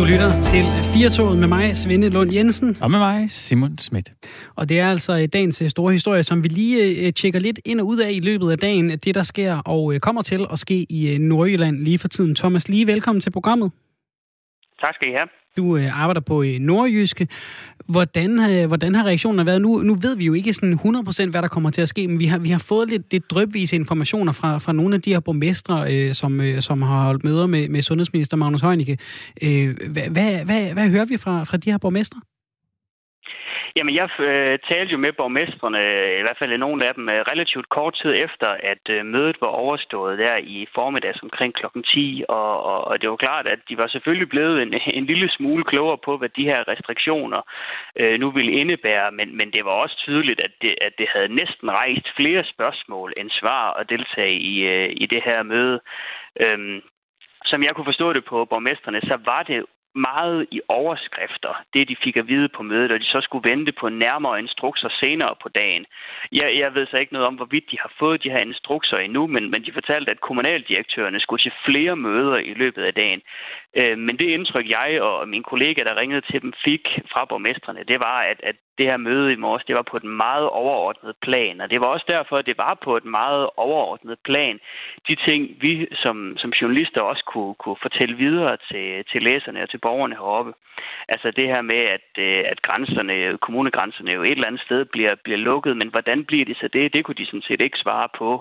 lytter til 4-toget med mig, Svende Lund Jensen. Og med mig, Simon Schmidt. Og det er altså dagens store historie, som vi lige tjekker lidt ind og ud af i løbet af dagen. Det, der sker og kommer til at ske i Nordjylland lige for tiden. Thomas Lige, velkommen til programmet. Tak skal I have. Du arbejder på Nordjyske. Hvordan har reaktionen været? Nu ved vi jo ikke sådan 100% hvad der kommer til at ske, men vi har fået lidt drypvise informationer fra nogle af de her borgmestre, som har holdt møder med sundhedsminister Magnus Heunicke. Hvad hører vi fra de her borgmestre? Jamen, jeg talte jo med borgmestrene, i hvert fald nogle af dem, relativt kort tid efter, at mødet var overstået der i formiddags omkring klokken 10, og det var klart, at de var selvfølgelig blevet en lille smule klogere på, hvad de her restriktioner nu ville indebære, men det var også tydeligt, at det havde næsten rejst flere spørgsmål end svar at deltage i det her møde. Som jeg kunne forstå det på borgmestrene, så var det meget i overskrifter, det de fik at vide på mødet, og de så skulle vente på nærmere instrukser senere på dagen. Jeg ved så ikke noget om, hvorvidt de har fået de her instrukser endnu, men de fortalte, at kommunaldirektørerne skulle til flere møder i løbet af dagen. Men det indtryk, jeg og min kollega, der ringede til dem, fik fra borgmestrene, det var, at det her møde i morges, det var på et meget overordnet plan, og det var også derfor, at det var på et meget overordnet plan. De ting, vi som journalister også kunne fortælle videre til læserne og til borgerne heroppe. Altså det her med, at grænserne, kommunegrænserne jo et eller andet sted bliver lukket, men hvordan bliver det så det? Det kunne de sådan set ikke svare på.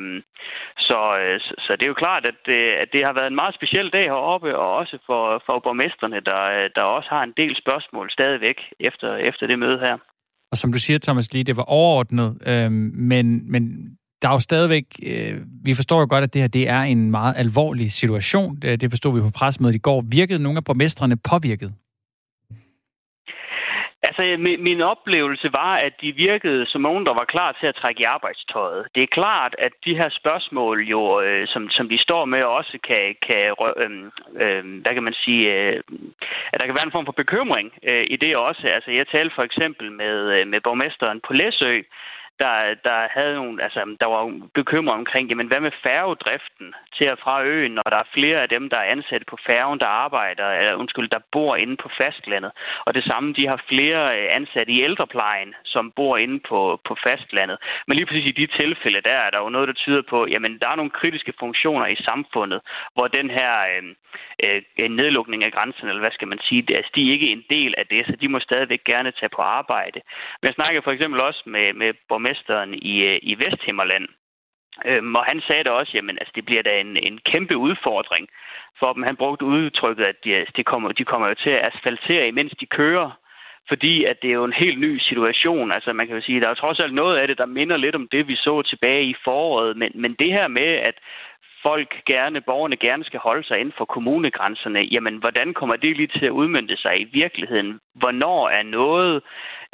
Så det er jo klart, at det har været en meget speciel dag heroppe, og også for borgmestrene, der også har en del spørgsmål stadigvæk efter det møde her. Og som du siger, Thomas Lige, det var overordnet, men der er jo stadigvæk, vi forstår jo godt, at det her det er en meget alvorlig situation. Det forstod vi på pressemødet i går. Virkede nogle af borgmestrene påvirket? Altså, min oplevelse var, at de virkede som nogen, der var klar til at trække i arbejdstøjet. Det er klart, at de her spørgsmål jo, som de står med, også hvad kan man sige, at der kan være en form for bekymring i det også. Altså, jeg talte for eksempel med borgmesteren på Læsø, der var bekymret omkring, jamen hvad med færgedriften til og fra øen, når der er flere af dem, der er ansat på færgen, der bor inde på fastlandet. Og det samme, de har flere ansatte i ældreplejen, som bor inde på fastlandet. Men lige præcis i de tilfælde, der er der jo noget, der tyder på, jamen der er nogle kritiske funktioner i samfundet, hvor den her nedlukning af grænsen, eller hvad skal man sige, altså, de er ikke en del af det, så de må stadigvæk gerne tage på arbejde. Men jeg snakker for eksempel også med borgmesteren i Vesthimmerland, og han sagde da også, jamen altså det bliver da en kæmpe udfordring for dem. Han brugte udtrykket, at de kommer jo til at asfaltere, imens de kører, fordi at det er jo en helt ny situation. Altså man kan jo sige, der er jo trods alt noget af det, der minder lidt om det, vi så tilbage i foråret, men det her med, at borgerne gerne skal holde sig inden for kommunegrænserne, jamen hvordan kommer det lige til at udmønte sig i virkeligheden? Hvornår er noget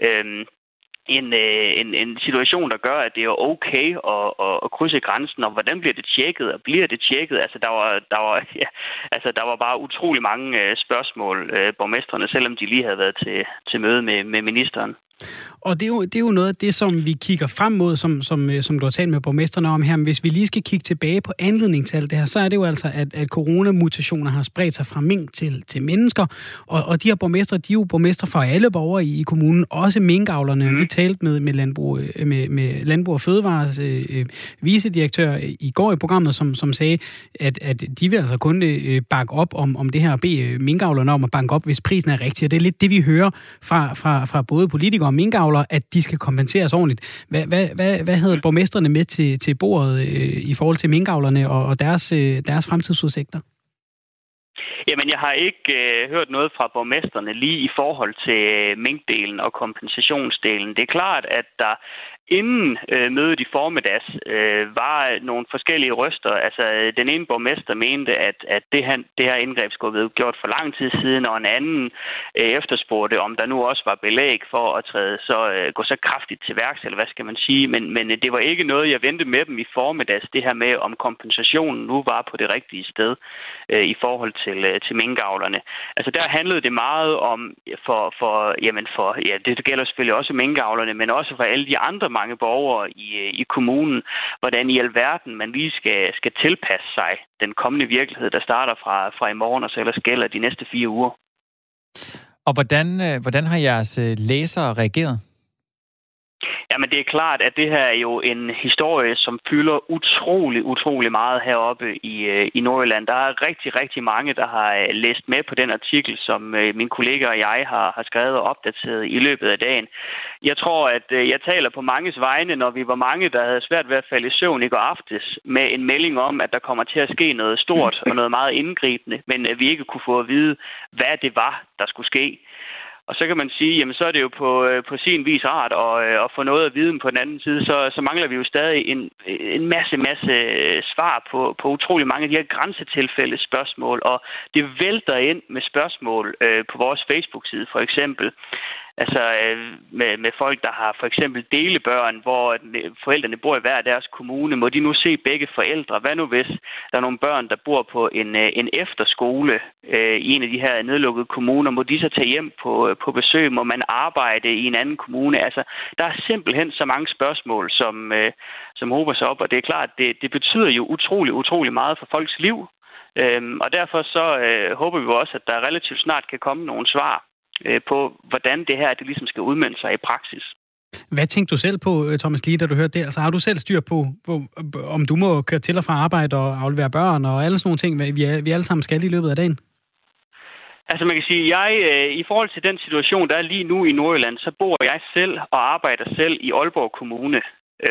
en situation, der gør, at det er okay at krydse grænsen, og hvordan bliver det tjekket, og bliver det tjekket? Altså, der var bare utrolig mange spørgsmål, borgmestrene, selvom de lige havde været til møde med ministeren. Og det er jo noget af det, som vi kigger frem mod, som du har talt med borgmestrene om her. Men hvis vi lige skal kigge tilbage på anledning til alt det her, så er det jo altså, at coronamutationer har spredt sig fra mink til mennesker. Og de her borgmestre, de er jo borgmestre for alle borgere i kommunen, også minkavlerne. Vi talte med Landbrug og Fødevares vicedirektør i går i programmet, som sagde, at de vil altså kun bakke op om det her og bede minkavlerne om at banke op, hvis prisen er rigtig. Og det er lidt det, vi hører fra både politikere og minkavlere, at de skal kompenseres ordentligt. Hvad havde borgmestrene med til bordet i forhold til minkavlerne og deres fremtidsudsigter? Jamen, jeg har ikke hørt noget fra borgmestrene lige i forhold til minkdelen og kompensationsdelen. Det er klart, at der inden mødet i formiddags var nogle forskellige røster. Altså, den ene borgmester mente, at det her indgreb skulle have gjort for lang tid siden, og en anden efterspurgte, om der nu også var belæg for at gå så kraftigt til værks, eller hvad skal man sige. Men det var ikke noget, jeg ventede med dem i formiddags, det her med, om kompensationen nu var på det rigtige sted i forhold til minkavlerne. Altså, der handlede det meget om, det gælder selvfølgelig også minkavlerne, men også for alle de andre mange borgere i kommunen, hvordan i alverden man lige skal tilpasse sig den kommende virkelighed, der starter fra i morgen og så ellers gælder de næste 4 uger. Og hvordan har jeres læsere reageret? Jamen, det er klart, at det her er jo en historie, som fylder utrolig meget heroppe i Nordjylland. Der er rigtig mange, der har læst med på den artikel, som min kollega og jeg har skrevet og opdateret i løbet af dagen. Jeg tror, at jeg taler på manges vegne, når vi var mange, der havde svært ved at falde i søvn i går aftes med en melding om, at der kommer til at ske noget stort og noget meget indgribende, men at vi ikke kunne få at vide, hvad det var, der skulle ske. Og så kan man sige, jamen så er det jo på sin vis rart at få noget af viden på den anden side. Så mangler vi jo stadig en masse svar på utrolig mange af de her grænsetilfælde spørgsmål. Og det vælter ind med spørgsmål på vores Facebook-side for eksempel. Altså med folk, der har for eksempel delebørn, hvor forældrene bor i hver deres kommune. Må de nu se begge forældre? Hvad nu hvis der er nogle børn, der bor på en efterskole i en af de her nedlukkede kommuner? Må de så tage hjem på besøg? Må man arbejde i en anden kommune? Altså, der er simpelthen så mange spørgsmål, som hober sig op. Og det er klart, det betyder jo utrolig meget for folks liv. Og derfor så håber vi jo også, at der relativt snart kan komme nogle svar på, hvordan det her det ligesom skal udmønte sig i praksis. Hvad tænkte du selv på, Thomas Lie, da du hørte det? Altså, har du selv styr på, om du må køre til og fra arbejde og aflevere børn og alle sådan nogle ting, vi alle sammen skal i løbet af dagen? Altså man kan sige, i forhold til den situation, der er lige nu i Nordjylland, så bor jeg selv og arbejder selv i Aalborg Kommune.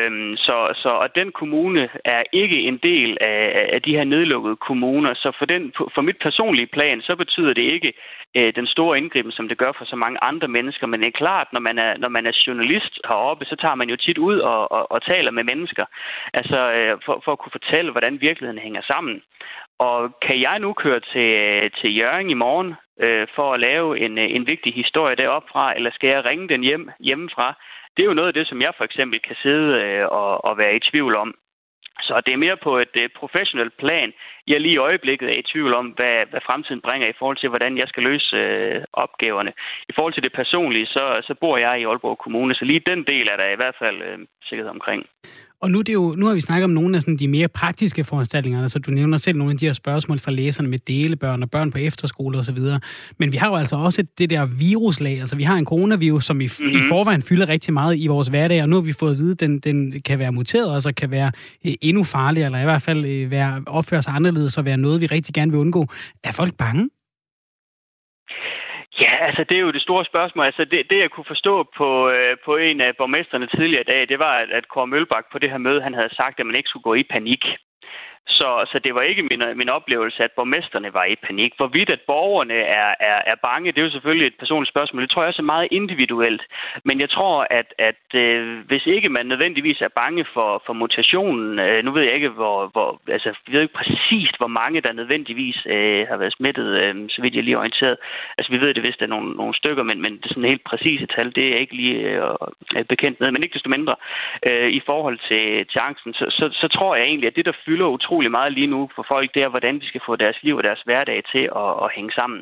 Og den kommune er ikke en del af de her nedlukkede kommuner. Så for mit personlige plan, så betyder det ikke den store indgriben, som det gør for så mange andre mennesker. Men det er klart, når man er journalist heroppe, så tager man jo tit ud og taler med mennesker. Altså for at kunne fortælle, hvordan virkeligheden hænger sammen. Og kan jeg nu køre til Hjørring i morgen for at lave en vigtig historie deroppe fra, eller skal jeg ringe den hjemmefra? Det er jo noget af det, som jeg for eksempel kan sidde og være i tvivl om. Så det er mere på et professionelt plan. Jeg lige i øjeblikket er i tvivl om, hvad fremtiden bringer i forhold til, hvordan jeg skal løse opgaverne. I forhold til det personlige, så bor jeg i Aalborg Kommune, så lige den del er der i hvert fald sikkerhed omkring. Og nu har vi snakket om nogle af sådan de mere praktiske foranstaltninger, altså du nævner selv nogle af de her spørgsmål fra læserne med delebørn og børn på efterskole osv. Men vi har jo altså også det der viruslag, altså vi har en coronavirus, som i forvejen fylder rigtig meget i vores hverdag, og nu har vi fået at vide, at den kan være muteret, altså kan være endnu farligere, eller i hvert fald opføre sig anderledes og være noget, vi rigtig gerne vil undgå. Er folk bange? Ja, altså det er jo det store spørgsmål. Altså det jeg kunne forstå på en af borgmesterne tidligere i dag, det var, at Kåre Mølbak på det her møde, han havde sagt, at man ikke skulle gå i panik. Så det var ikke min oplevelse, at borgmesterne var i panik. Hvorvidt at borgerne er bange, det er jo selvfølgelig et personligt spørgsmål. Det tror jeg også er meget individuelt. Men jeg tror, at hvis ikke man nødvendigvis er bange for mutationen, nu ved jeg ikke, vi ved ikke præcist, hvor mange der nødvendigvis har været smittet, så vidt jeg lige orienteret. Altså vi ved det, hvis der er nogle stykker, men det er sådan helt præcise tal, det er ikke lige bekendt med. Men ikke desto mindre, i forhold til angsten, så tror jeg egentlig, at det, der fylder utrolig meget lige nu for folk, det er, hvordan de skal få deres liv og deres hverdag til at hænge sammen.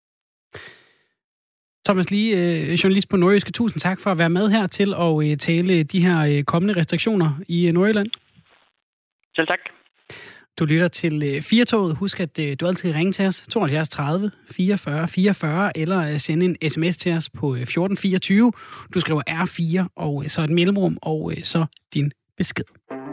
Thomas Lie, journalist på Nordjyske, tusind tak for at være med her til at tale de her kommende restriktioner i Nordjylland. Selv tak. Du lytter til 4-toget. Husk, at du altid kan ringe til os 72 30 44 44, eller sende en sms til os på 1424. Du skriver R4, og så et mellemrum, og så din besked.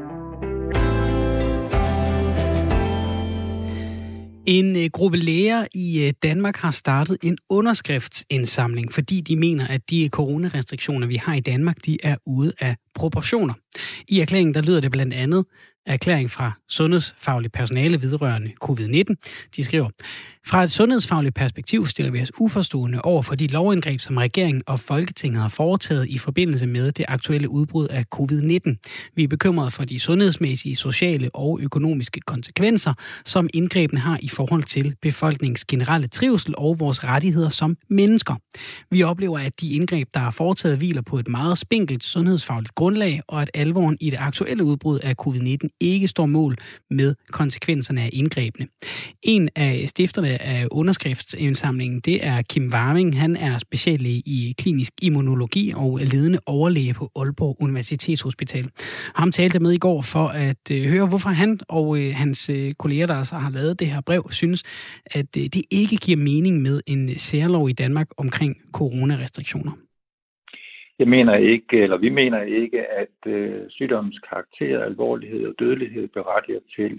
En gruppe læger i Danmark har startet en underskriftsindsamling, fordi de mener, at de coronarestriktioner, vi har i Danmark, de er ude af proportioner. I erklæringen der lyder det blandt andet erklæring fra sundhedsfagligt personale vedrørende covid-19. De skriver, fra et sundhedsfagligt perspektiv stiller vi os uforstående over for de lovindgreb, som regeringen og Folketinget har foretaget i forbindelse med det aktuelle udbrud af covid-19. Vi er bekymrede for de sundhedsmæssige, sociale og økonomiske konsekvenser, som indgrebene har i forhold til befolkningens generelle trivsel og vores rettigheder som mennesker. Vi oplever, at de indgreb, der er foretaget, hviler på et meget spinkelt sundhedsfagligt grundlag, og at alvoren i det aktuelle udbrud af covid-19 ikke står mål med konsekvenserne af indgrebene. En af stifterne af underskriftsindsamlingen, det er Kim Warming. Han er speciallæge i klinisk immunologi og ledende overlæge på Aalborg Universitetshospital. Ham talte med i går for at høre, hvorfor han og hans kolleger, der altså har lavet det her brev, synes, at det ikke giver mening med en særlov i Danmark omkring coronarestriktioner. Vi mener ikke, at sygdommens karakter, alvorlighed og dødelighed berettiger til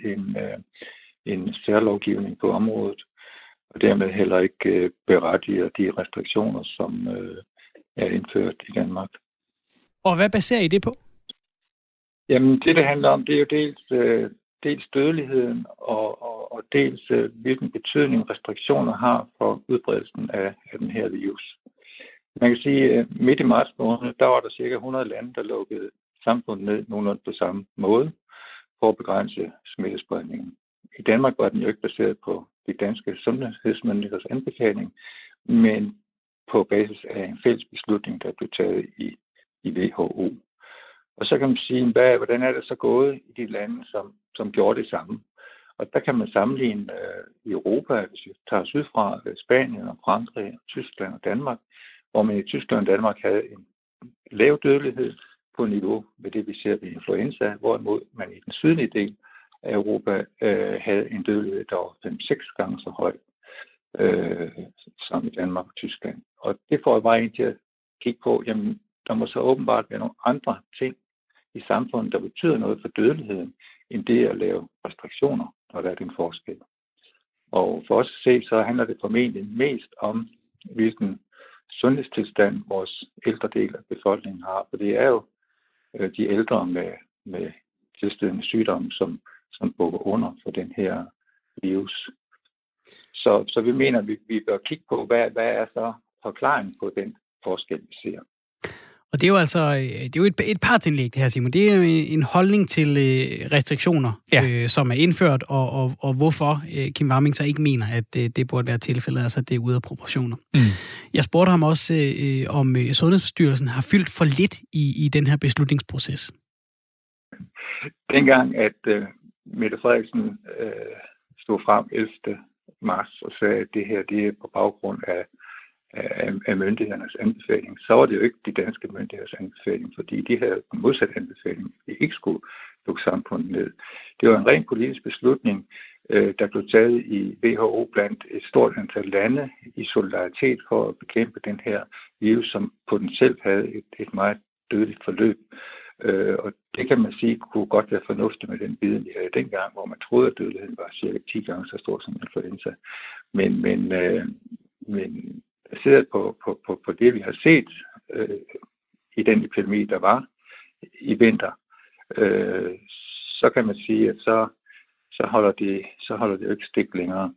en særlovgivning på området, og dermed heller ikke berettiger de restriktioner, som er indført i Danmark. Og hvad baserer I det på? Jamen, det handler om, det er jo dels dødeligheden og dels hvilken betydning restriktioner har for udbredelsen af den her virus. Man kan sige, at midt i marts måned, der var der cirka 100 lande, der lukkede samfundet ned nogenlunde på samme måde for at begrænse smittespredningen. I Danmark var den jo ikke baseret på de danske sundhedsmyndigheders anbefaling, men på basis af en fælles beslutning, der blev taget i WHO. Og så kan man sige, hvordan er det så gået i de lande, som gjorde det samme? Og der kan man sammenligne i Europa, hvis vi tager sydfra, Spanien og Frankrig, Tyskland og Danmark, hvor man i Tyskland og Danmark havde en lav dødelighed på niveau med det, vi ser ved influenza, hvorimod man i den sydlige del af Europa havde en dødelighed, der var 5-6 gange så høj som i Danmark og Tyskland. Og det får jeg bare en til at kigge på, jamen der må så åbenbart være nogle andre ting i samfundet, der betyder noget for dødeligheden, end det at lave restriktioner, når der er den forskel. Og for os at se, så handler det formentlig mest om, hvilken sundhedstilstand vores ældre del af befolkningen har. For det er jo de ældre med tilstødende sygdomme, som bukker under for den her virus. Så vi mener, at vi bør kigge på, hvad er så forklaringen på den forskel, vi ser. Og det er jo altså et partsindlæg, det her, Simon. Det er jo en holdning til restriktioner, som er indført, og hvorfor Kim Warming så ikke mener, at det burde være tilfældet, altså det er ude af proportioner. Jeg spurgte ham også, om Sundhedsstyrelsen har fyldt for lidt i den her beslutningsproces. Dengang, at Mette Frederiksen stod frem 11. marts og sagde, at det her det er på baggrund af myndighedernes anbefaling, så var det jo ikke de danske myndigheders anbefaling, fordi de havde en modsat anbefaling, at vi ikke skulle lukke samfundet ned. Det var en ren politisk beslutning, der blev taget i WHO blandt et stort antal lande i solidaritet for at bekæmpe den her virus, som potentielt havde et meget dødeligt forløb. Og det kan man sige kunne godt være fornuftigt med den viden, vi havde dengang, hvor man troede, at dødeligheden var cirka 10 gange så stor som influenza. Men baseret på det, vi har set i den epidemi, der var i vinter, så kan man sige, at så holder det jo ikke stik længere.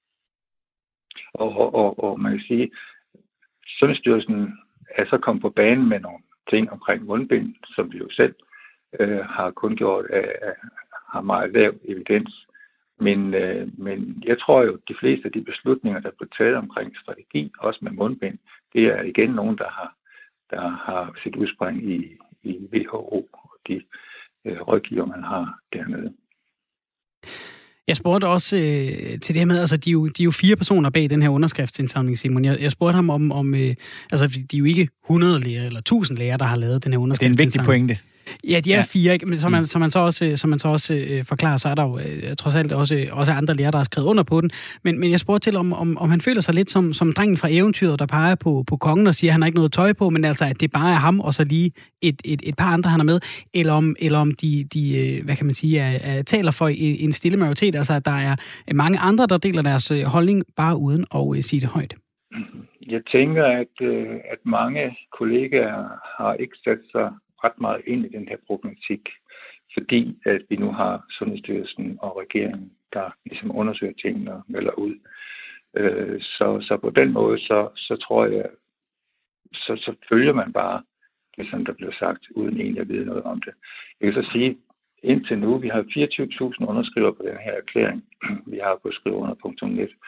Og man kan sige, Sundhedsstyrelsen er så kommet på banen med nogle ting omkring mundbind, som vi jo selv har kun gjort har meget lav evidens. Men jeg tror jo, at de fleste af de beslutninger, der blev taget omkring strategi, også med mundbind, det er igen nogen, der har sit udspring i WHO og de rådgiver, man har dernede. Jeg spurgte også til det her med, altså de er jo 4 personer bag den her underskriftsindsamling, Simon. Jeg spurgte ham om altså de er jo ikke 100 læger eller 1000 læger, der har lavet den her underskriftsindsamling. Det er en vigtig pointe. Ja, de er 4, ikke? Men som man så også forklarer, så er der jo trods alt også andre læger, der har skrevet under på den. Men jeg spurgte til, om han føler sig lidt som drengen fra eventyret, der peger på kongen og siger, at han har ikke noget tøj på, men altså, at det bare er ham, og så lige et par andre, han er med. Eller om de hvad kan man sige, taler for en stille majoritet. Altså, at der er mange andre, der deler deres holdning, bare uden at sige det højt. Jeg tænker, at mange kollegaer har ikke sat sig ret meget ind i den her problematik, fordi at vi nu har Sundhedsstyrelsen og regeringen, der ligesom undersøger tingene og melder ud. Så på den måde, så tror jeg, så følger man bare det, som der blev sagt, uden egentlig at vide noget om det. Jeg kan så sige, indtil nu, vi har 24.000 underskrivere på den her erklæring. Vi har på skriveunder.net.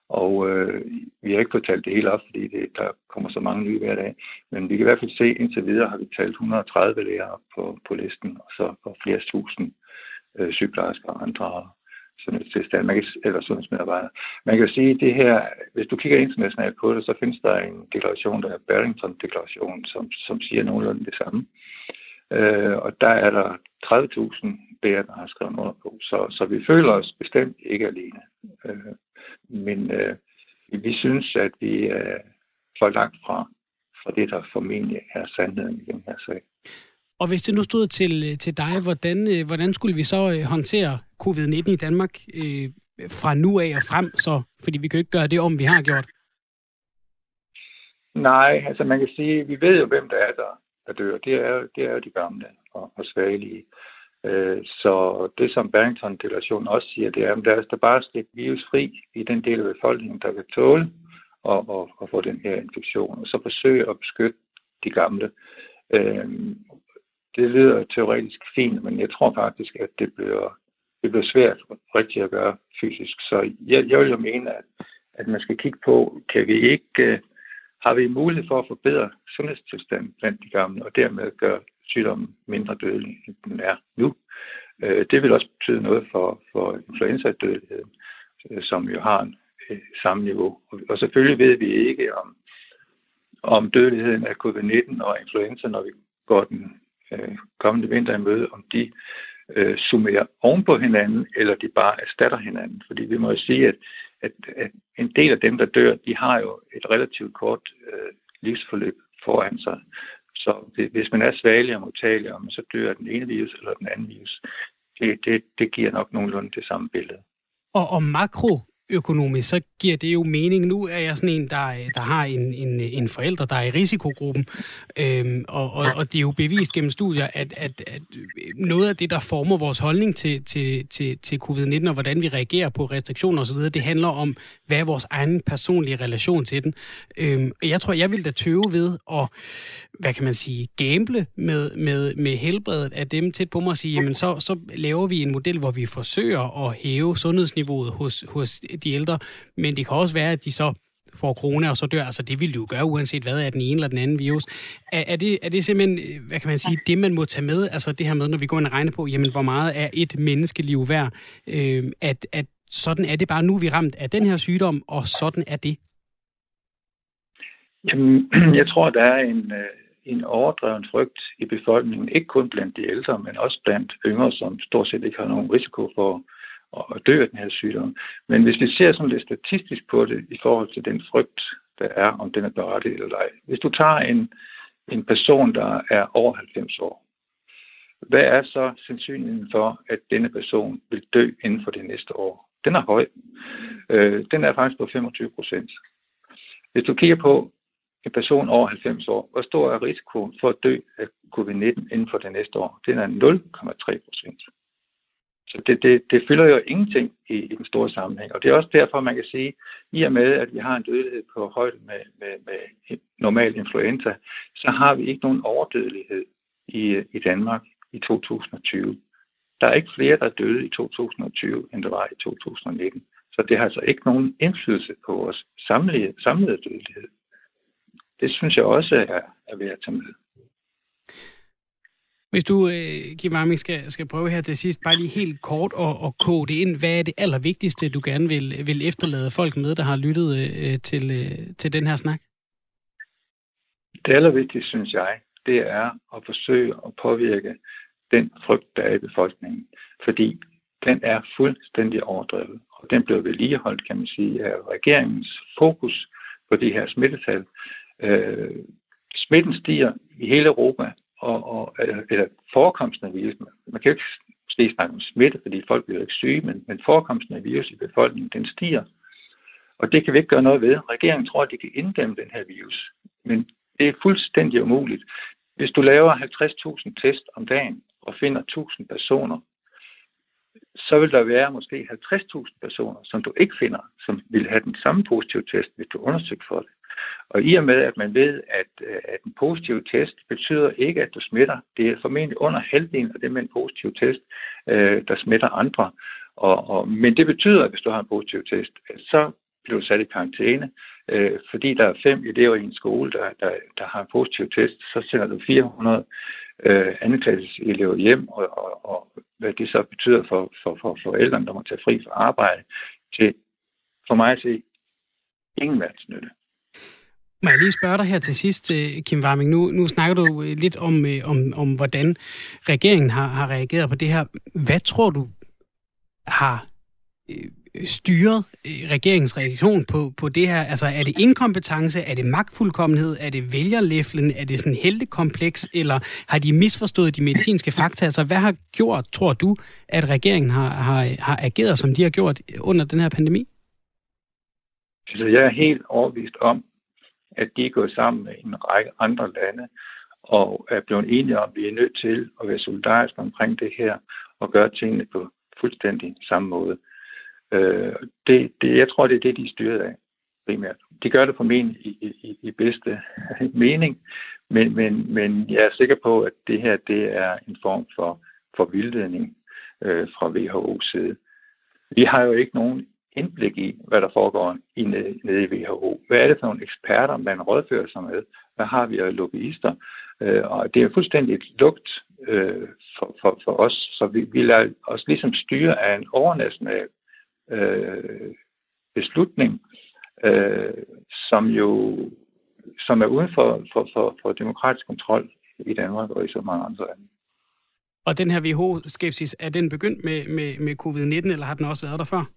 Og vi har ikke fået talt det hele op, fordi der kommer så mange nye hver dag. Men vi kan i hvert fald se, indtil videre har vi talt 130 læger op på listen, og så flere tusind sygeplejersker og andre sundhedsmedarbejdere. Man kan sige, at det her, hvis du kigger internationalt på det, så findes der en deklaration, der er Barrington-deklarationen, som siger nogenlunde det samme. Og der er der 30.000 læger, der har skrevet under på. Så vi føler os bestemt ikke alene. Men vi synes, at vi er for langt fra det, der formentlig er sandheden i den her sag. Og hvis det nu stod til dig, hvordan skulle vi så håndtere covid-19 i Danmark fra nu af og frem, så? Fordi vi kan jo ikke gøre det, om vi har gjort. Nej, altså man kan sige, vi ved jo, hvem der dør. Det er jo de gamle og svagelige. Så det, som Barrington-deklarationen også siger, det er, at lad os da bare slippe virus fri i den del af befolkningen, der vil tåle og få den her infektion, og så forsøge at beskytte de gamle. Det lyder teoretisk fint, men jeg tror faktisk, at det bliver svært rigtigt at gøre fysisk. Så jeg vil jo mene, at man skal kigge på, har vi mulighed for at forbedre sundhedstilstanden blandt de gamle, og dermed gøre sygdommen mindre dødelig, end den er nu. Det vil også betyde noget for influenza-dødeligheden, som jo har samme niveau. Og selvfølgelig ved vi ikke om dødeligheden af covid-19 og influenza, når vi går den kommende vinter i møde, om de summerer oven på hinanden, eller de bare erstatter hinanden. Fordi vi må jo sige, at en del af dem, der dør, de har jo et relativt kort livsforløb foran sig. Så hvis man er svagelig og modtagelig, og man så dør den ene virus eller den anden virus, det giver nok nogenlunde det samme billede. Og makroøkonomisk, så giver det jo mening. Nu er jeg sådan en, der har en forælder, der er i risikogruppen, og det er jo bevist gennem studier, at noget af det, der former vores holdning til covid-19, og hvordan vi reagerer på restriktioner osv., det handler om, hvad er vores egen personlige relation til den. Jeg tror, jeg vil da tøve ved at, hvad kan man sige, gamble med helbredet af dem tæt på mig og sige, jamen så laver vi en model, hvor vi forsøger at hæve sundhedsniveauet hos de ældre, men det kan også være, at de så får corona og så dør. Altså det vil de jo gøre, uanset hvad er den ene eller den anden virus. Er det simpelthen, hvad kan man sige, det man må tage med, altså det her med, når vi går ind og regner på, jamen hvor meget er et menneskeliv værd, at sådan er det bare nu, vi er ramt af den her sygdom, og sådan er det? Jamen, jeg tror, der er en overdreven frygt i befolkningen, ikke kun blandt de ældre, men også blandt yngre, som stort set ikke har nogen risiko for at dø af den her sygdom. Men hvis vi ser sådan lidt statistisk på det i forhold til den frygt, der er, om den er berettiget eller ej. Hvis du tager en person, der er over 90 år, hvad er så sandsynligheden for, at denne person vil dø inden for det næste år? Den er høj. Den er faktisk på 25%. Hvis du kigger på en person over 90 år, hvor stor er risikoen for at dø af covid-19 inden for det næste år? Den er 0,3%. Så det fylder jo ingenting i den store sammenhæng. Og det er også derfor, man kan sige, i og med, at vi har en dødelighed på højde med normal influenza, så har vi ikke nogen overdødelighed i Danmark i 2020. Der er ikke flere, der er døde i 2020, end der var i 2019. Så det har altså ikke nogen indflydelse på vores samlede dødelighed. Det synes jeg også er værd at tage med. Hvis du, Kim Warming, skal prøve her til sidst, bare lige helt kort og koge det ind. Hvad er det allervigtigste, du gerne vil efterlade folk med, der har lyttet til den her snak? Det allervigtigste, synes jeg, det er at forsøge at påvirke den frygt, der er i befolkningen. Fordi den er fuldstændig overdrevet. Og den bliver vedligeholdt, kan man sige, af regeringens fokus på de her smittetal. Smitten stiger i hele Europa, eller forekomsten af virus. Man kan jo ikke snakke om smitte, fordi folk bliver ikke syge, men forekomsten af virus i befolkningen, den stiger. Og det kan vi ikke gøre noget ved. Regeringen tror, at de kan inddæmme den her virus. Men det er fuldstændig umuligt. Hvis du laver 50.000 test om dagen og finder 1.000 personer, så vil der være måske 50.000 personer, som du ikke finder, som vil have den samme positive test, hvis du undersøger for det. Og i og med, at man ved, at en positiv test betyder ikke, at du smitter. Det er formentlig under halvdelen af det med en positiv test, der smitter andre. Men det betyder, at hvis du har en positiv test, så bliver du sat i karantæne. Fordi der er 5 elever i en skole, der har en positiv test, så sender du 400 andenklasses elever hjem, og hvad det så betyder for forældrene, der må tage fri fra arbejde, til for mig at se ingen verdensnytte. Må jeg lige spørge dig her til sidst, Kim Warming. Nu snakker du lidt om hvordan regeringen har reageret på det her. Hvad tror du har styret regeringens reaktion på det her? Altså, er det inkompetence? Er det magtfuldkommenhed? Er det vælgerlæflen? Er det sådan heltekompleks? Eller har de misforstået de medicinske fakta? Altså, hvad har gjort, tror du, at regeringen har ageret, som de har gjort under den her pandemi? Altså, jeg er helt overbevist om, at de er gået sammen med en række andre lande og er blevet enige om, at vi er nødt til at være solidariske omkring det her og gøre tingene på fuldstændig samme måde. Jeg tror, det er det, de er styret af primært. De gør det formentlig i bedste mening, men jeg er sikker på, at det her det er en form for vildledning fra WHO's side. Vi har jo ikke nogen indblik i, hvad der foregår nede i WHO. Hvad er det for nogle eksperter, man rådfører sig med? Hvad har vi af lobbyister? Og det er fuldstændig lugt for os, så vi lader os ligesom styre af en overnational beslutning, som er uden for demokratisk kontrol i Danmark og i så mange andre lande. Og den her WHO-skepsis, er den begyndt med covid-19, eller har den også været der før?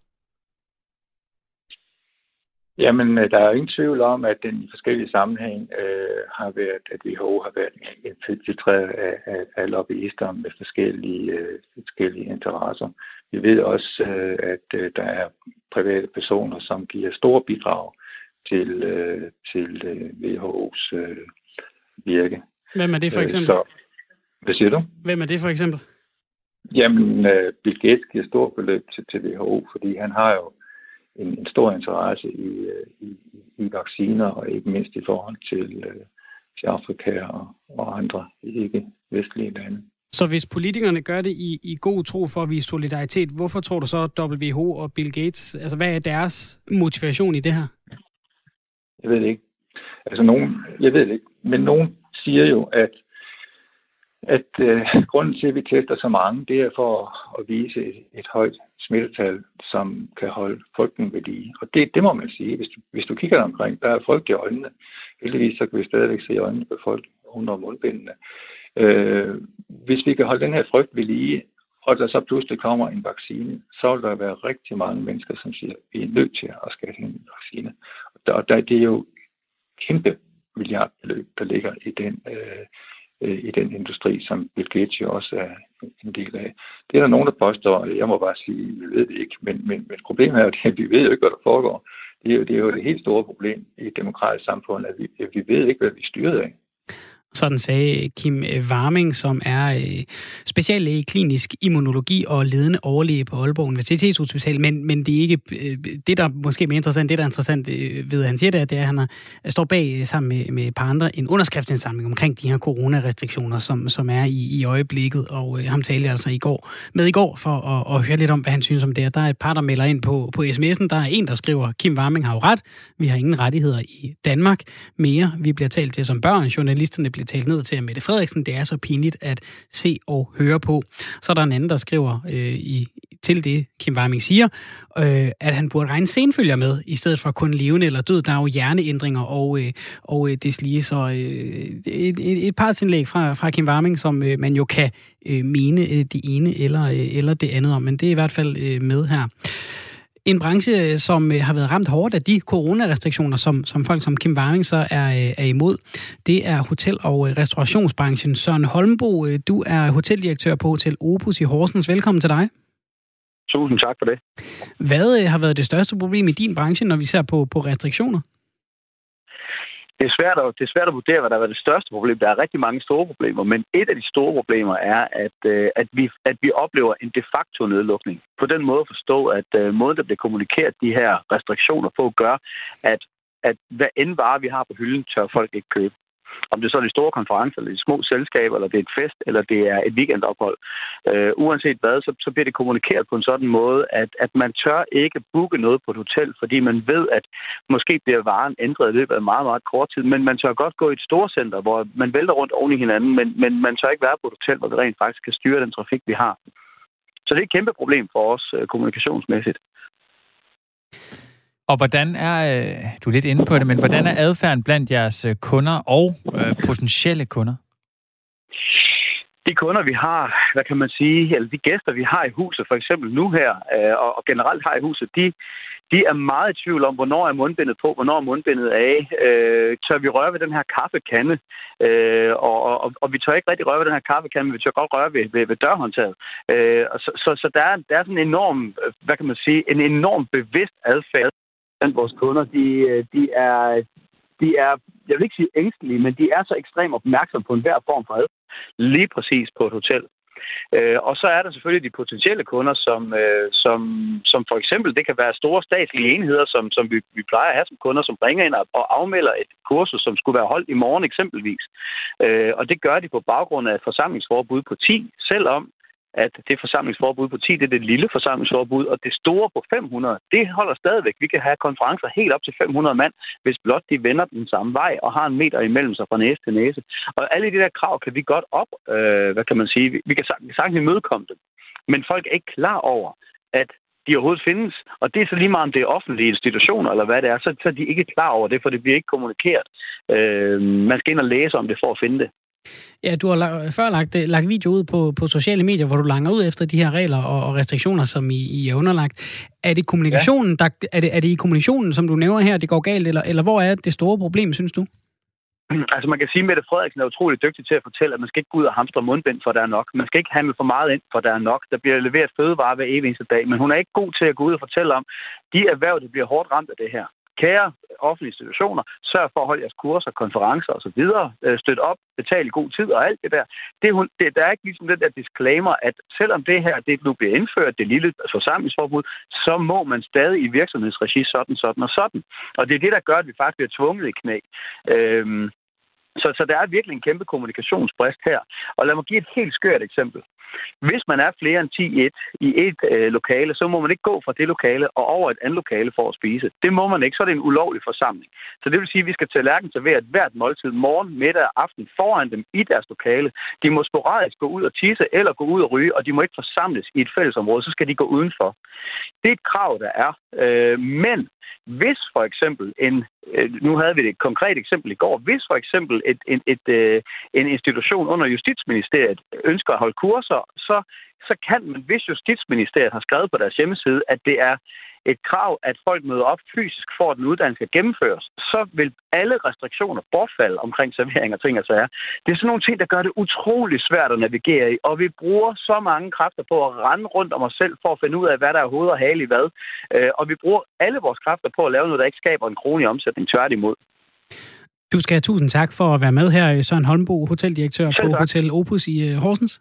Jamen, der er jo ingen tvivl om, at den i forskellige sammenhæng har været, at WHO har været infiltreret af lobbyister med forskellige interesser. Vi ved også, at der er private personer, som giver store bidrag til WHO's virke. Hvem er det for eksempel? Hvad siger du? Hvem er det for eksempel? Jamen, Bill Gates giver stort beløb til WHO, fordi han har jo en stor interesse i vacciner, og ikke mindst i forhold til Afrika og andre ikke-vestlige lande. Så hvis politikerne gør det i god tro for at vise solidaritet, hvorfor tror du så, at WHO og Bill Gates, altså hvad er deres motivation i det her? Jeg ved det ikke. Jeg ved det ikke. Men nogen siger jo, at grunden til, at vi tester så mange, det er for at vise et højt smittetal, som kan holde frygten ved lige. Og det må man sige. Hvis du kigger omkring, der er frygt i øjnene. Heldigvis så kan vi stadigvæk se i øjnene på folk under mundbindene. Hvis vi kan holde den her frygt ved lige, og der så pludselig kommer en vaccine, så vil der være rigtig mange mennesker, som siger, at vi er nødt til at skaffe en vaccine. Og det er jo kæmpe milliardbeløb, der ligger i den industri, som Bill Gates jo også er en del af. Det er der nogen, der påstår, jeg må bare sige, vi ved det ikke, men problemet er jo, at vi ved jo ikke, hvad der foregår. Det er jo det helt store problem i et demokratisk samfund, at vi ved ikke, hvad vi er styret af. Sådan sagde Kim Warming, som er speciallæge i klinisk immunologi og ledende overlæge på Aalborg Universitetshospital. Men det er ikke det, der måske er mere interessant. Det, der er interessant ved, at han siger det, er, at han står bag sammen med et par andre en underskriftsindsamling omkring de her coronarestriktioner, som er i øjeblikket. Og ham talte altså i går for at høre lidt om, hvad han synes om det. Der er et par, der melder ind på sms'en. Der er en, der skriver, Kim Warming har jo ret. Vi har ingen rettigheder i Danmark mere. Vi bliver talt til som børn. Journalisterne bliver talt ned til Mette Frederiksen. Det er så pinligt at se og høre på. Så er der en anden, der skriver til det, Kim Warming siger, at han burde regne senfølger med, i stedet for kun levende eller død. Der er jo hjerneændringer og det lige. Så et partsindlæg fra Kim Warming, som man jo kan mene det ene eller det andet om. Men det er i hvert fald med her. En branche, som har været ramt hårdt af de coronarestriktioner, som folk som Kim Warming så er imod, det er hotel- og restaurationsbranchen. Søren Holmbo, du er hoteldirektør på Hotel Opus i Horsens. Velkommen til dig. Tusind tak for det. Hvad har været det største problem i din branche, når vi ser på restriktioner? Det er svært at vurdere, hvad der er det største problem. Der er rigtig mange store problemer, men et af de store problemer er, at vi oplever en de facto nedlukning. På den måde at forstå, at måden, der bliver kommunikeret de her restriktioner på, gør, at hvad end varer vi har på hylden, tør folk ikke købe. Om det så er de store konferencer, eller de små selskaber, eller det er et fest, eller det er et weekendophold. Uanset hvad, så bliver det kommunikeret på en sådan måde, at man tør ikke booke noget på et hotel, fordi man ved, at måske bliver varen ændret i løbet af meget, meget kort tid, men man tør godt gå i et storcenter, hvor man vælter rundt oven i hinanden, men man tør ikke være på et hotel, hvor vi rent faktisk kan styre den trafik, vi har. Så det er et kæmpe problem for os kommunikationsmæssigt. Og hvordan er, du er lidt inde på det, men hvordan er adfærden blandt jeres kunder og potentielle kunder? De kunder, vi har, hvad kan man sige, eller de gæster, vi har i huset, for eksempel nu her, og generelt har i huset, de er meget i tvivl om, hvornår er mundbindet på, hvornår er mundbindet af. Tør vi røre ved den her kaffekande? Og vi tør ikke rigtig røre ved den her kaffekande, men vi tør godt røre ved dørhåndtaget. Så der er sådan en enorm, hvad kan man sige, en enorm bevidst adfærd blandt vores kunder. De er, jeg vil ikke sige ængstelige, men de er så ekstremt opmærksomme på enhver form for adfærd, lige præcis på et hotel. Og så er der selvfølgelig de potentielle kunder, som for eksempel, det kan være store statslige enheder, som vi plejer at have som kunder, som ringer ind og afmelder et kursus, som skulle være holdt i morgen eksempelvis. Og det gør de på baggrund af et forsamlingsforbud på 10, selvom at det forsamlingsforbud på 10, det er det lille forsamlingsforbud, og det store på 500, det holder stadigvæk. Vi kan have konferencer helt op til 500 mand, hvis blot de vender den samme vej og har en meter imellem sig fra næse til næse. Og alle de der krav kan vi godt hvad kan man sige, vi kan sagtens imødekomme dem. Men folk er ikke klar over, at de overhovedet findes, og det er så lige meget om det er offentlige institutioner, eller hvad det er, så er de ikke klar over det, for det bliver ikke kommunikeret. Man skal ind og læse om det for at finde det. Ja, du har før lagt video ud på sociale medier, hvor du langer ud efter de her regler og restriktioner, som I er underlagt. Er det kommunikationen, er det i kommunikationen, som du nævner her, det går galt, eller hvor er det store problem, synes du? Altså man kan sige, at Mette Frederiksen er utrolig dygtig til at fortælle, at man skal ikke gå ud og hamstre mundbind, for der er nok. Man skal ikke handle for meget ind, for der er nok. Der bliver leveret fødevarer hver evig eneste dag, men hun er ikke god til at gå ud og fortælle om, de erhverv, der bliver hårdt ramt af det her. Kære offentlige institutioner, sørg for at holde jeres kurser, konferencer osv. Støt op, betal i god tid og alt det der. Der er ikke ligesom den der disclaimer, at selvom det her det nu bliver indført, det lille forsamlingsforbud, så må man stadig i virksomhedsregi sådan og sådan. Og det er det, der gør, at vi faktisk bliver tvunget i knæ. Så der er virkelig en kæmpe kommunikationsbrist her. Og lad mig give et helt skørt eksempel. Hvis man er flere end 10 i et lokale, så må man ikke gå fra det lokale og over et andet lokale for at spise. Det må man ikke, så er det en ulovlig forsamling. Så det vil sige, at vi skal tallerken servere hvert måltid morgen, middag og aften foran dem i deres lokale. De må sporadisk gå ud og tisse eller gå ud og ryge, og de må ikke forsamles i et fællesområde, så skal de gå udenfor. Det er et krav, der er. Men hvis for eksempel nu havde vi et konkret eksempel i går, hvis for eksempel en institution under Justitsministeriet ønsker at holde kurser, så kan man, hvis Justitsministeriet har skrevet på deres hjemmeside, at det er et krav, at folk møder op fysisk for, at den uddannelse skal gennemføres, så vil alle restriktioner bortfalde omkring servering og ting og sager. Det er sådan nogle ting, der gør det utrolig svært at navigere i, og vi bruger så mange kræfter på at rende rundt om os selv for at finde ud af, hvad der er hoved og hale i hvad. Og vi bruger alle vores kræfter på at lave noget, der ikke skaber en krone i omsætning, tværtimod. Du skal have tusind tak for at være med her, Søren Holmbo, hoteldirektør på Hotel Opus i Horsens.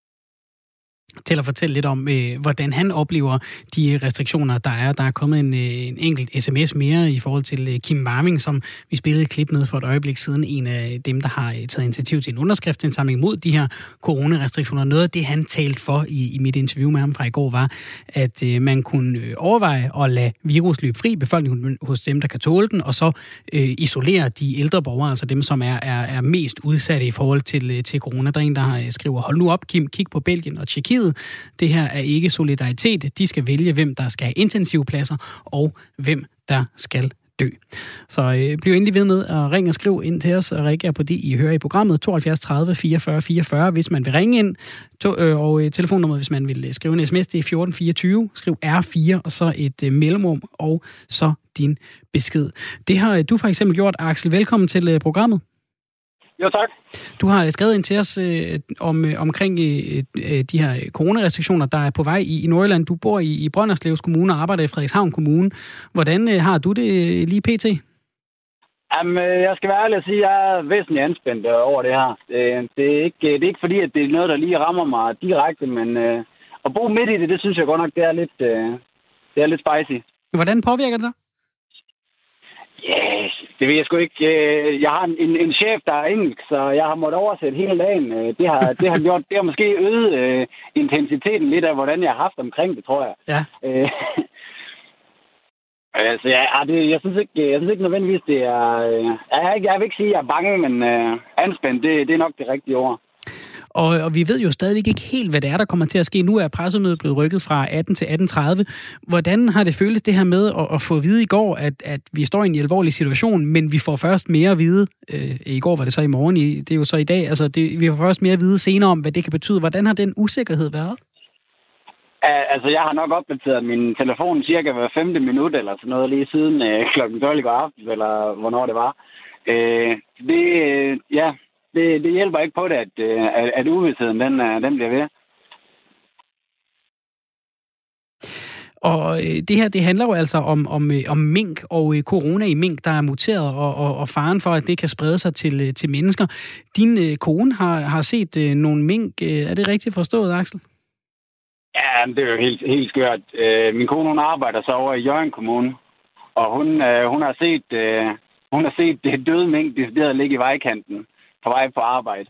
Til at fortælle lidt om, hvordan han oplever de restriktioner, der er. Der er kommet en enkelt sms mere i forhold til Kim Warming, som vi spillede et klip med for et øjeblik siden. En af dem, der har taget initiativ til en underskriftsindsamling mod de her coronarestriktioner. Noget af det, han talte for i mit interview med ham fra i går, var, at man kunne overveje at lade virus løbe fri, befolkningen hos dem, der kan tåle den, og så isolere de ældre borgere, altså dem, som er mest udsatte i forhold til corona. Der er en, der skriver, hold nu op, Kim, kig på Belgien og Tjekkiet. Det her er ikke solidaritet. De skal vælge, hvem der skal have intensivpladser, og hvem der skal dø. Så bliv endelig ved med at ringe og skrive ind til os og reagere på det, I hører i programmet 72 30 44 44, hvis man vil ringe ind. Og telefonnummeret, hvis man vil skrive en sms, det er 1424. Skriv R4 og så et mellemrum og så din besked. Det har du for eksempel gjort, Axel. Velkommen til programmet. Jo, tak. Du har skrevet ind til os omkring de her coronarestriktioner, der er på vej i Nordjylland. Du bor i Brønderslevs Kommune og arbejder i Frederikshavn Kommune. Hvordan har du det lige pt? Jamen, jeg skal være ærlig at sige, at jeg er væsentligt anspændt over det her. Det er ikke fordi, at det er noget, der lige rammer mig direkte, men at bo midt i det synes jeg godt nok, det er lidt spicy. Hvordan påvirker det dig? Yes. Det ved jeg sgu ikke. Jeg har en chef, der er engelsk, så jeg har måttet oversætte hele dagen. Det har måske øget intensiteten lidt af, hvordan jeg har haft omkring det, tror jeg. Ja. Altså, jeg synes ikke nødvendigvis, det er... Jeg vil ikke sige, at jeg er bange, men anspændt, det er nok det rigtige ord. Og vi ved jo stadigvæk ikke helt, hvad det er, der kommer til at ske. Nu er pressemødet blevet rykket fra 18 til 18.30. Hvordan har det føltes det her med at få at vide i går, at vi står i en alvorlig situation, men vi får først mere at vide, i går var det så i morgen, det er jo så i dag, altså vi får først mere at vide senere om, hvad det kan betyde. Hvordan har den usikkerhed været? Altså, jeg har nok opdateret min telefon cirka hver 5. minut, eller sådan noget, lige siden klokken 12 i går aften, eller hvornår det var. Det hjælper ikke på det, at uvidstheden, den bliver ved. Og det her, det handler jo altså om mink og corona i mink, der er muteret, og faren for, at det kan sprede sig til mennesker. Din kone har set nogle mink. Er det rigtigt forstået, Axel? Ja, det er jo helt skørt. Min kone, hun arbejder så over i Hjørring Kommune, og hun har set det døde mink decideret ligge i vejkanten på vej på arbejde.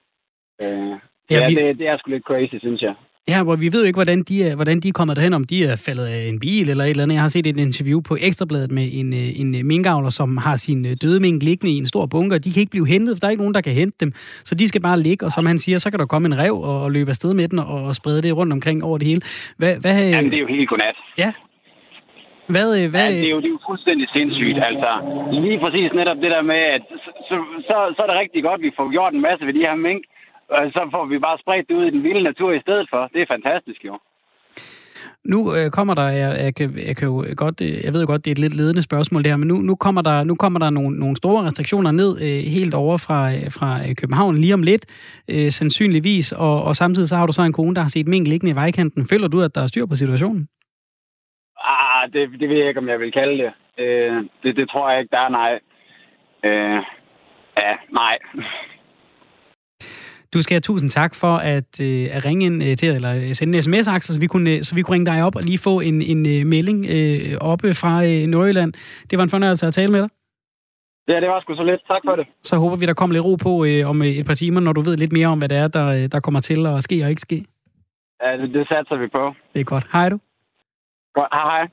Det er sgu lidt crazy, synes jeg. Ja, hvor vi ved jo ikke, hvordan de er kommet derhen, om de er faldet af en bil eller et eller andet. Jeg har set et interview på Ekstrabladet med en minkavler, som har sin døde mink liggende i en stor bunker. De kan ikke blive hentet, for der er ikke nogen, der kan hente dem. Så de skal bare ligge, og som han siger, så kan der komme en ræv og løbe afsted med den og sprede det rundt omkring over det hele. Jamen, det er jo helt godnat. Ja. Det er jo fuldstændig sindssygt. Altså, lige præcis netop det der med, at så er det rigtig godt, at vi får gjort en masse ved de her mink. Og så får vi bare spredt det ud i den vilde natur i stedet for. Det er fantastisk, jo. Nu kommer der, jeg ved jo godt, det er et lidt ledende spørgsmål det her, men nu kommer der nogle store restriktioner ned helt over fra København lige om lidt, sandsynligvis, og samtidig så har du så en kone, der har set mink liggende i vejkanten. Føler du, at der er styr på situationen? Det ved jeg ikke, om jeg vil kalde det. Det tror jeg ikke, der er, nej. Nej. Du skal have tusind tak for at ringe ind til, eller sende en sms, Axel, så vi kunne ringe dig op og lige få en melding oppe fra Nordjylland. Det var en fornøjelse at tale med dig. Ja, det var sgu så lidt. Tak for det. Så håber vi, der kommer lidt ro på om et par timer, når du ved lidt mere om, hvad det er, der kommer til at ske og ikke ske. Ja, det satser vi på. Det er godt. Hej du. Godt. Hej.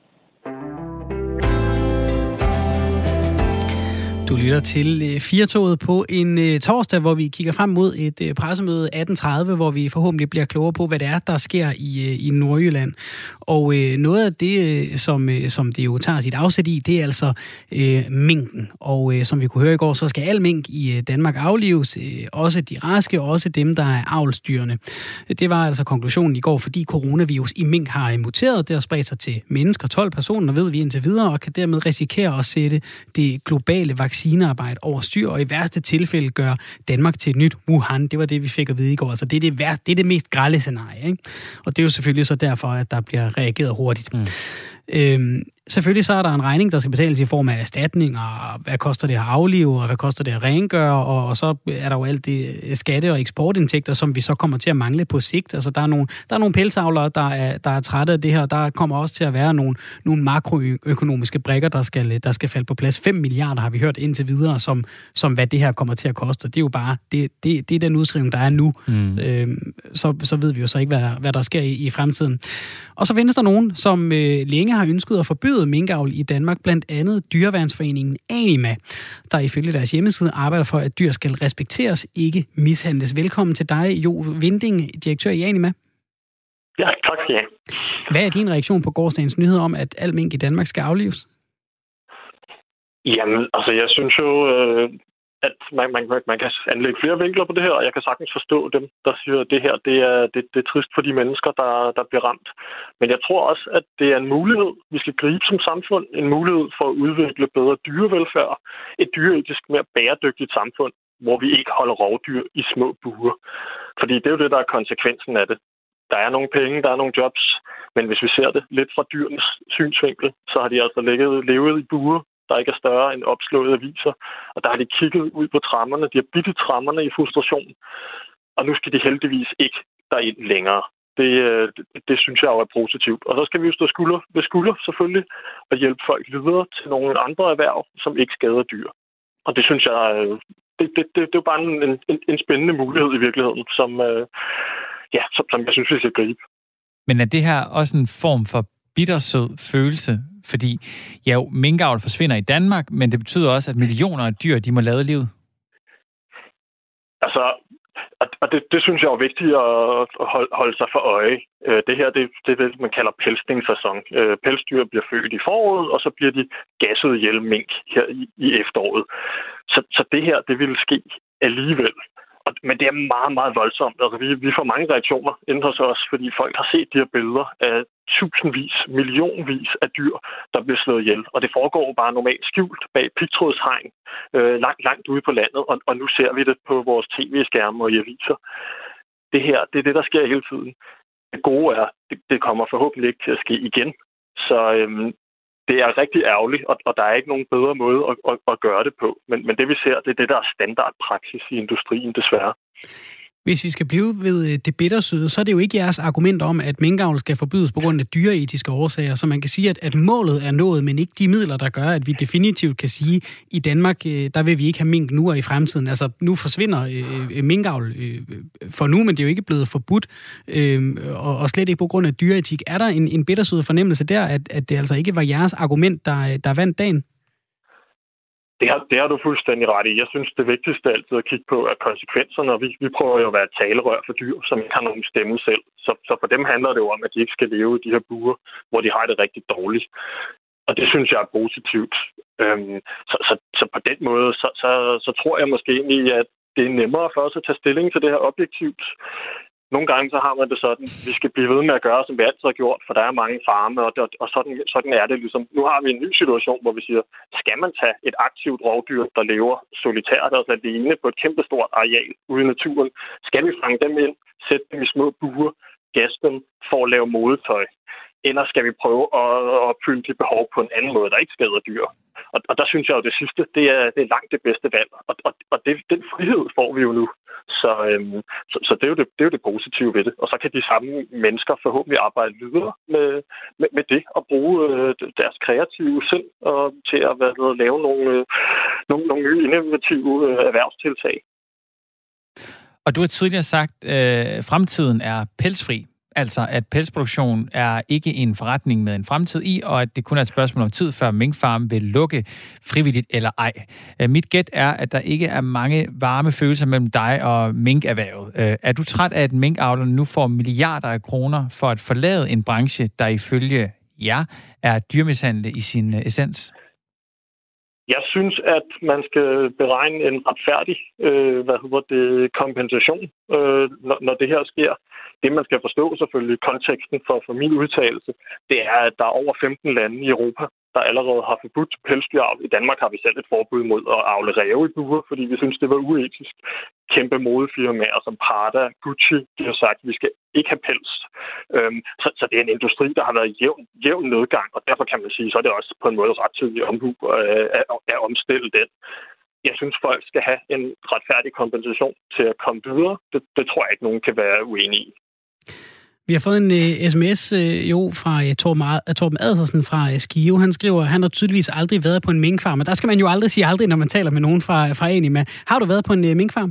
Du lytter til Firtoget på en torsdag, hvor vi kigger frem mod et pressemøde 18.30, hvor vi forhåbentlig bliver klogere på, hvad det er, der sker i Nordjylland. Og noget af det, som det jo tager sit afsæt i, det er altså minken. Og som vi kunne høre i går, så skal al mink i Danmark aflives, også de raske, og også dem, der er avlsdyrene. Det var altså konklusionen i går, fordi coronavirus i mink har muteret. Det har spredt sig til mennesker, 12 personer, ved vi indtil videre, og kan dermed risikere at sætte det globale vaccinearbejde over styr, og i værste tilfælde gør Danmark til et nyt Wuhan. Det var det, vi fik at vide i går. Altså, det er det mest grelle scenarie, ikke? Og det er jo selvfølgelig så derfor, at der bliver reageret hurtigt. Selvfølgelig så er der en regning, der skal betales i form af erstatning, og hvad koster det at aflive, og hvad koster det at rengøre, og så er der jo alt det skatte- og eksportindtægter, som vi så kommer til at mangle på sigt. Altså der er nogle pelsavlere, der er trætte af det her, der kommer også til at være nogle makroøkonomiske brikker, der skal falde på plads. 5 milliarder har vi hørt indtil videre, som hvad det her kommer til at koste. Det er jo bare, det er den udskrivning, der er nu. Så ved vi jo så ikke, hvad der sker i fremtiden. Og så findes der nogen, som længe har ønsket at forbyde minkavl i Danmark, blandt andet Dyreværnsforeningen Anima, der ifølge deres hjemmeside arbejder for, at dyr skal respekteres, ikke mishandles. Velkommen til dig, Jo Vinding, direktør i Anima. Ja, tak skal I have. Hvad er din reaktion på gårsdagens nyhed om, at al mink i Danmark skal aflives? Jamen, altså jeg synes jo, at man kan anlægge flere vinkler på det her, og jeg kan sagtens forstå dem, der siger, at det her det er trist for de mennesker, der bliver ramt. Men jeg tror også, at det er en mulighed, vi skal gribe som samfund, en mulighed for at udvikle bedre dyrevelfærd, et dyreetisk mere bæredygtigt samfund, hvor vi ikke holder rovdyr i små buer. Fordi det er jo det, der er konsekvensen af det. Der er nogle penge, der er nogle jobs, men hvis vi ser det lidt fra dyrenes synsvinkel, så har de altså levet i buer, der ikke er større end opslåede aviser. Og der har de kigget ud på trammerne. De har bidt trammerne i frustration. Og nu skal de heldigvis ikke derind længere. Det synes jeg jo er positivt. Og så skal vi jo stå skulder ved skulder selvfølgelig og hjælpe folk videre til nogle andre erhverv, som ikke skader dyr. Og det synes jeg, det er jo bare en spændende mulighed i virkeligheden, som jeg synes, vi skal gribe. Men er det her også en form for bittersød følelse? Fordi minkavl forsvinder i Danmark, men det betyder også, at millioner af dyr, de må lade livet. Altså, og det synes jeg er vigtigt at holde sig for øje. Det her, det er det, man kalder pelsningssæson. Pelsdyr bliver født i foråret, og så bliver de gasset ihjel mink her i efteråret. Så det her, det vil ske alligevel. Men det er meget, meget voldsomt. Altså, vi får mange reaktioner inde hos os, fordi folk har set de her billeder af tusindvis, millionvis af dyr, der bliver slået ihjel. Og det foregår bare normalt skjult bag pigtrådshegn, langt ude på landet, og nu ser vi det på vores tv-skærme og i aviser. Det her, det er det, der sker hele tiden. Det gode er, det kommer forhåbentlig ikke til at ske igen. Så det er rigtig ærgerligt, og der er ikke nogen bedre måde at gøre det på. Men det vi ser, det er det, der er standardpraksis i industrien, desværre. Hvis vi skal blive ved det bittersøde, så er det jo ikke jeres argument om, at minkavl skal forbydes på grund af dyreetiske årsager. Så man kan sige, at målet er nået, men ikke de midler, der gør, at vi definitivt kan sige, i Danmark, der vil vi ikke have mink nu og i fremtiden. Altså, nu forsvinder minkavl for nu, men det er jo ikke blevet forbudt, og slet ikke på grund af dyreetik. Er der en bittersød fornemmelse der, at det altså ikke var jeres argument, der vandt dagen? Det har du fuldstændig ret i. Jeg synes, det vigtigste er altid at kigge på er konsekvenserne, og vi prøver jo at være et talerør for dyr, som ikke har nogen stemme selv. Så for dem handler det jo om, at de ikke skal leve i de her buer, hvor de har det rigtig dårligt. Og det synes jeg er positivt. Så på den måde, så tror jeg måske egentlig, at det er nemmere for os at tage stilling til det her objektivt. Nogle gange så har man det sådan, vi skal blive ved med at gøre, som vi altid har gjort, for der er mange farme, og sådan er det ligesom. Nu har vi en ny situation, hvor vi siger, skal man tage et aktivt rovdyr, der lever solitært, altså alene på et kæmpestort areal ude i naturen, skal vi fange dem ind, sætte dem i små buer, gasse dem for at lave modetøj? Eller skal vi prøve at opfylde de behov på en anden måde, der ikke skader dyr? Og der synes jeg jo, det sidste, det er langt det bedste valg. Og den frihed får vi jo nu. Så det er jo det positive ved det. Og så kan de samme mennesker forhåbentlig arbejde videre med det og bruge deres kreative sind til at lave nogle nye innovative erhvervstiltag. Og du har tidligere sagt, at fremtiden er pelsfri. Altså, at pelsproduktion er ikke en forretning med en fremtid i, og at det kun er et spørgsmål om tid, før minkfarmen vil lukke frivilligt eller ej. Mit gæt er, at der ikke er mange varme følelser mellem dig og minkerhvervet. Er du træt af, at minkavlerne nu får milliarder af kroner for at forlade en branche, der ifølge jer er dyrmishandle i sin essens? Jeg synes, at man skal beregne en retfærdig kompensation, når det her sker. Det, man skal forstå selvfølgelig konteksten for min udtalelse, det er, at der er over 15 lande i Europa, der allerede har forbudt pelsdyravl. I Danmark har vi selv et forbud mod at avle ræve i buer, fordi vi synes, det var uetisk. Kæmpe modefirmaer som Prada, Gucci, de har sagt, at vi skal ikke have pels. Så det er en industri, der har været jævn nedgang, og derfor kan man sige, så er det også på en måde rettidig omhu at omstille den. Jeg synes, folk skal have en retfærdig kompensation til at komme videre. Det tror jeg ikke, nogen kan være uenige i. Vi har fået en sms fra Torben Adsersen fra Skive. Han skriver, at han har tydeligvis aldrig været på en minkfarm. Og der skal man jo aldrig sige aldrig, når man taler med nogen fra Anima. Har du været på en minkfarm?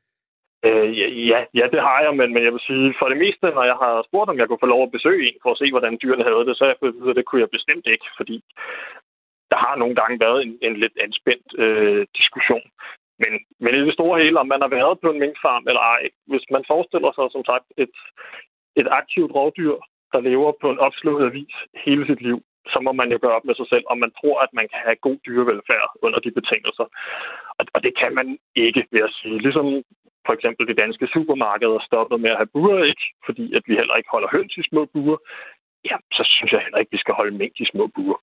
Ja, det har jeg, men jeg vil sige, for det meste, når jeg har spurgt, om jeg kunne få lov at besøge en for at se, hvordan dyrene havde det, så jeg fået at vide, at det kunne jeg bestemt ikke, fordi der har nogle gange været en lidt anspændt diskussion. Men i det store hele, om man har været på en minkfarm eller ej, hvis man forestiller sig som sagt et aktivt rovdyr, der lever på en opslået vis hele sit liv, så må man jo gøre op med sig selv, om man tror, at man kan have god dyrevelfærd under de betingelser. Og det kan man ikke, vil jeg sige. Ligesom for eksempel de danske supermarkeder stoppet med at have buræg, fordi at vi heller ikke holder høns i små buer, ja, så synes jeg heller ikke, vi skal holde mink i små buer.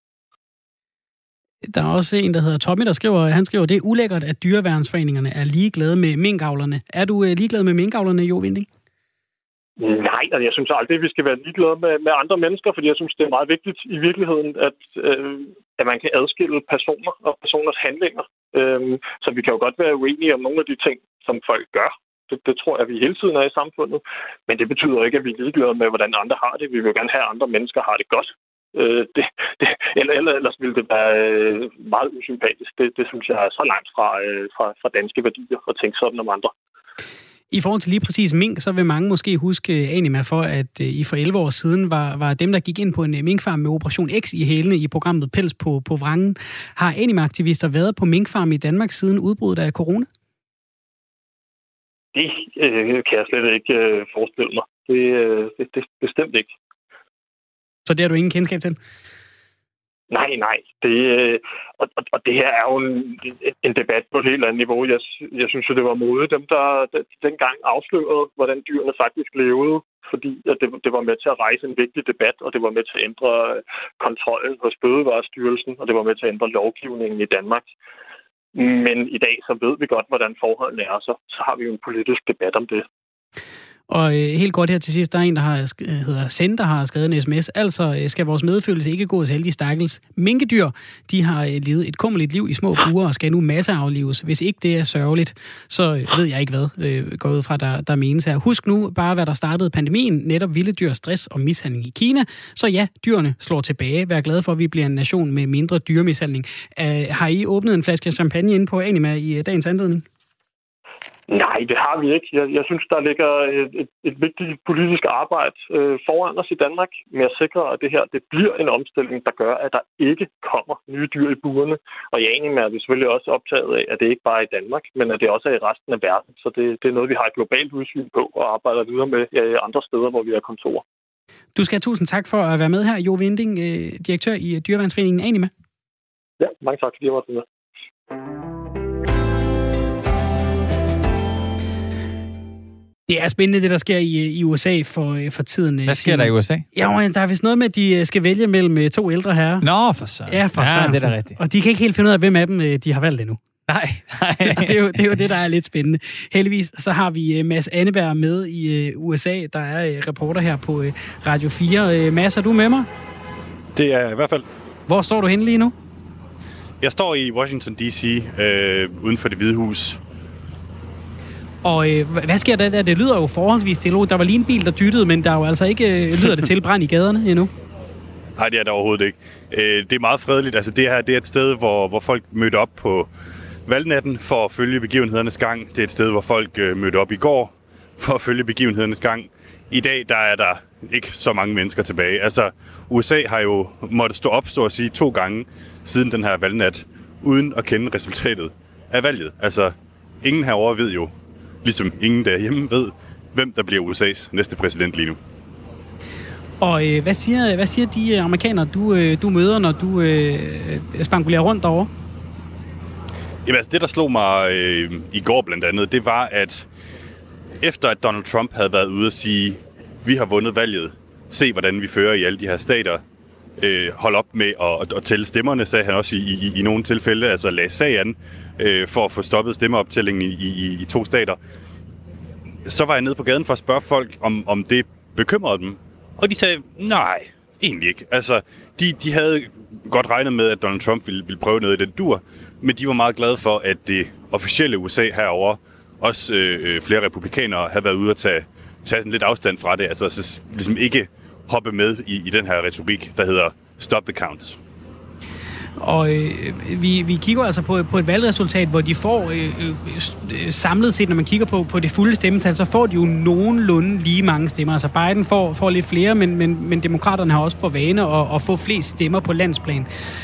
Der er også en, der hedder Tommy, han skriver, det er ulækkert, at dyreværnsforeningerne er ligeglade med minkavlerne. Er du ligeglad med minkavlerne, Jo Winding? Nej, altså jeg synes aldrig, at vi skal være ligeglade med andre mennesker, fordi jeg synes, det er meget vigtigt i virkeligheden, at man kan adskille personer og personers handlinger. Så vi kan jo godt være uenige om nogle af de ting, som folk gør. Det tror jeg, vi hele tiden er i samfundet. Men det betyder ikke, at vi er ligeglade med, hvordan andre har det. Vi vil gerne have, at andre mennesker har det godt. Ellers ville det være meget usympatisk. Det synes jeg er så langt fra danske værdier at tænke sådan om andre. I forhold til lige præcis mink, så vil mange måske huske Anima for, at I for 11 år siden var dem, der gik ind på en minkfarm med Operation X i hælene i programmet Pels på Vrangen. Har Anima-aktivister været på minkfarm i Danmark siden udbruddet af corona? Det kan jeg slet ikke forestille mig. Det bestemt ikke. Så det har du ingen kendskab til? Nej. Og det her er jo en debat på et helt andet niveau. Jeg synes jo, det var modigt, dem der dengang afslørede, hvordan dyrene faktisk levede, fordi at det var med til at rejse en vigtig debat, og det var med til at ændre kontrollen hos Fødevarestyrelsen, og det var med til at ændre lovgivningen i Danmark. Men i dag så ved vi godt, hvordan forholdene er, så har vi jo en politisk debat om det. Og helt godt her til sidst, der er en, der hedder Send, der har skrevet en sms. Altså skal vores medfølelse ikke gå til alle de stakkels minkedyr. De har levet et kummerligt liv i små buer og skal nu masseaflives. Hvis ikke det er sørgeligt, så ved jeg ikke hvad går ud fra, der menes her. Husk nu bare, hvad der startede pandemien. Netop vilde dyr, stress og mishandling i Kina. Så ja, dyrene slår tilbage. Vær glad for, at vi bliver en nation med mindre dyremishandling. Har I åbnet en flaske champagne inde på Anima i dagens anledning? Nej, det har vi ikke. Jeg synes, der ligger et vigtigt politisk arbejde foran os i Danmark med at sikre, at det her det bliver en omstilling, der gør, at der ikke kommer nye dyr i burene. Og i Anima er vi selvfølgelig også optaget af, at det ikke bare er i Danmark, men at det også er i resten af verden. Så det er noget, vi har et globalt udsyn på og arbejder videre med andre steder, hvor vi har kontorer. Du skal have tusind tak for at være med her, Jo Vinding, direktør i Dyreværnsforeningen Anima. Ja, mange tak, fordi jeg var med. Det er spændende, det der sker i USA for tiden. Hvad sker der i USA? Ja, der er vist noget med, at de skal vælge mellem to ældre herrer. Nå, for søren. Ja, for søren. Det er da rigtigt. Og de kan ikke helt finde ud af, hvem af dem de har valgt endnu. Nej. det er jo det, der er lidt spændende. Heldigvis så har vi Mads Anneberg med i USA, der er reporter her på Radio 4. Mads, er du med mig? Det er jeg i hvert fald. Hvor står du henne lige nu? Jeg står i Washington D.C. Uden for Det Hvide Hus. Og hvad sker der der? Det lyder jo forholdsvis stille. Der var lige en bil, der dyttede, men der er jo altså ikke lyder det til brand i gaderne endnu. Nej, det er der overhovedet ikke. Det er meget fredeligt. Altså, det her det er et sted, hvor folk mødte op på valgnatten for at følge begivenhedernes gang. Det er et sted, hvor folk mødte op i går for at følge begivenhedernes gang. I dag der er der ikke så mange mennesker tilbage. Altså, USA har jo måttet stå op, så at sige, 2 gange siden den her valgnat, uden at kende resultatet af valget. Altså, ingen herovre ved jo, ligesom ingen derhjemme ved, hvem der bliver USA's næste præsident lige nu. Og hvad siger de amerikanere, du møder, når du spangulerer rundt derovre? Jamen altså, det der slog mig i går blandt andet, det var, at efter at Donald Trump havde været ude at sige, vi har vundet valget, se hvordan vi fører i alle de her stater, hold op med at tælle stemmerne, sagde han også i nogle tilfælde, altså lagde sag an for at få stoppet stemmeoptællingen i 2 stater. Så var jeg nede på gaden for at spørge folk, om det bekymrede dem. Og de sagde, nej, egentlig ikke. Altså, de havde godt regnet med, at Donald Trump ville prøve noget i den dur, men de var meget glade for, at det officielle USA herover også flere republikanere havde været ude at tage sådan lidt afstand fra det. Altså ligesom ikke hoppe med i den her retorik, der hedder Stop the Counts. Og vi kigger altså på et valgresultat, hvor de får samlet set, når man kigger på det fulde stemmetal, så får de jo nogenlunde lige mange stemmer. Altså Biden får lidt flere, men demokraterne har også for vane at få flest stemmer på landsplan.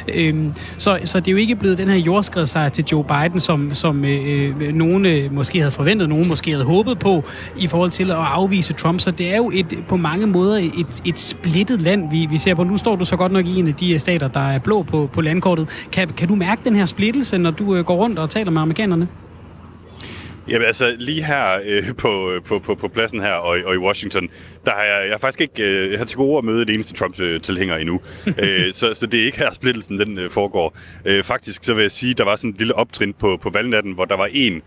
Så det er jo ikke blevet den her jordskredssejr til Joe Biden, som nogen måske havde forventet, nogen måske havde håbet på, i forhold til at afvise Trump. Så det er jo på mange måder et splittet land, vi ser på. Nu står du så godt nok i en af de stater, der er blå på landkortet. Kan du mærke den her splittelse, når du går rundt og taler med amerikanerne? Jamen altså, lige her på pladsen her og i Washington, der har jeg faktisk ikke jeg har til gode at møde det eneste Trump-tilhænger endnu. Så det er ikke her splittelsen, den foregår. Faktisk så vil jeg sige, der var sådan en lille optrin på valgnatten, hvor der var en,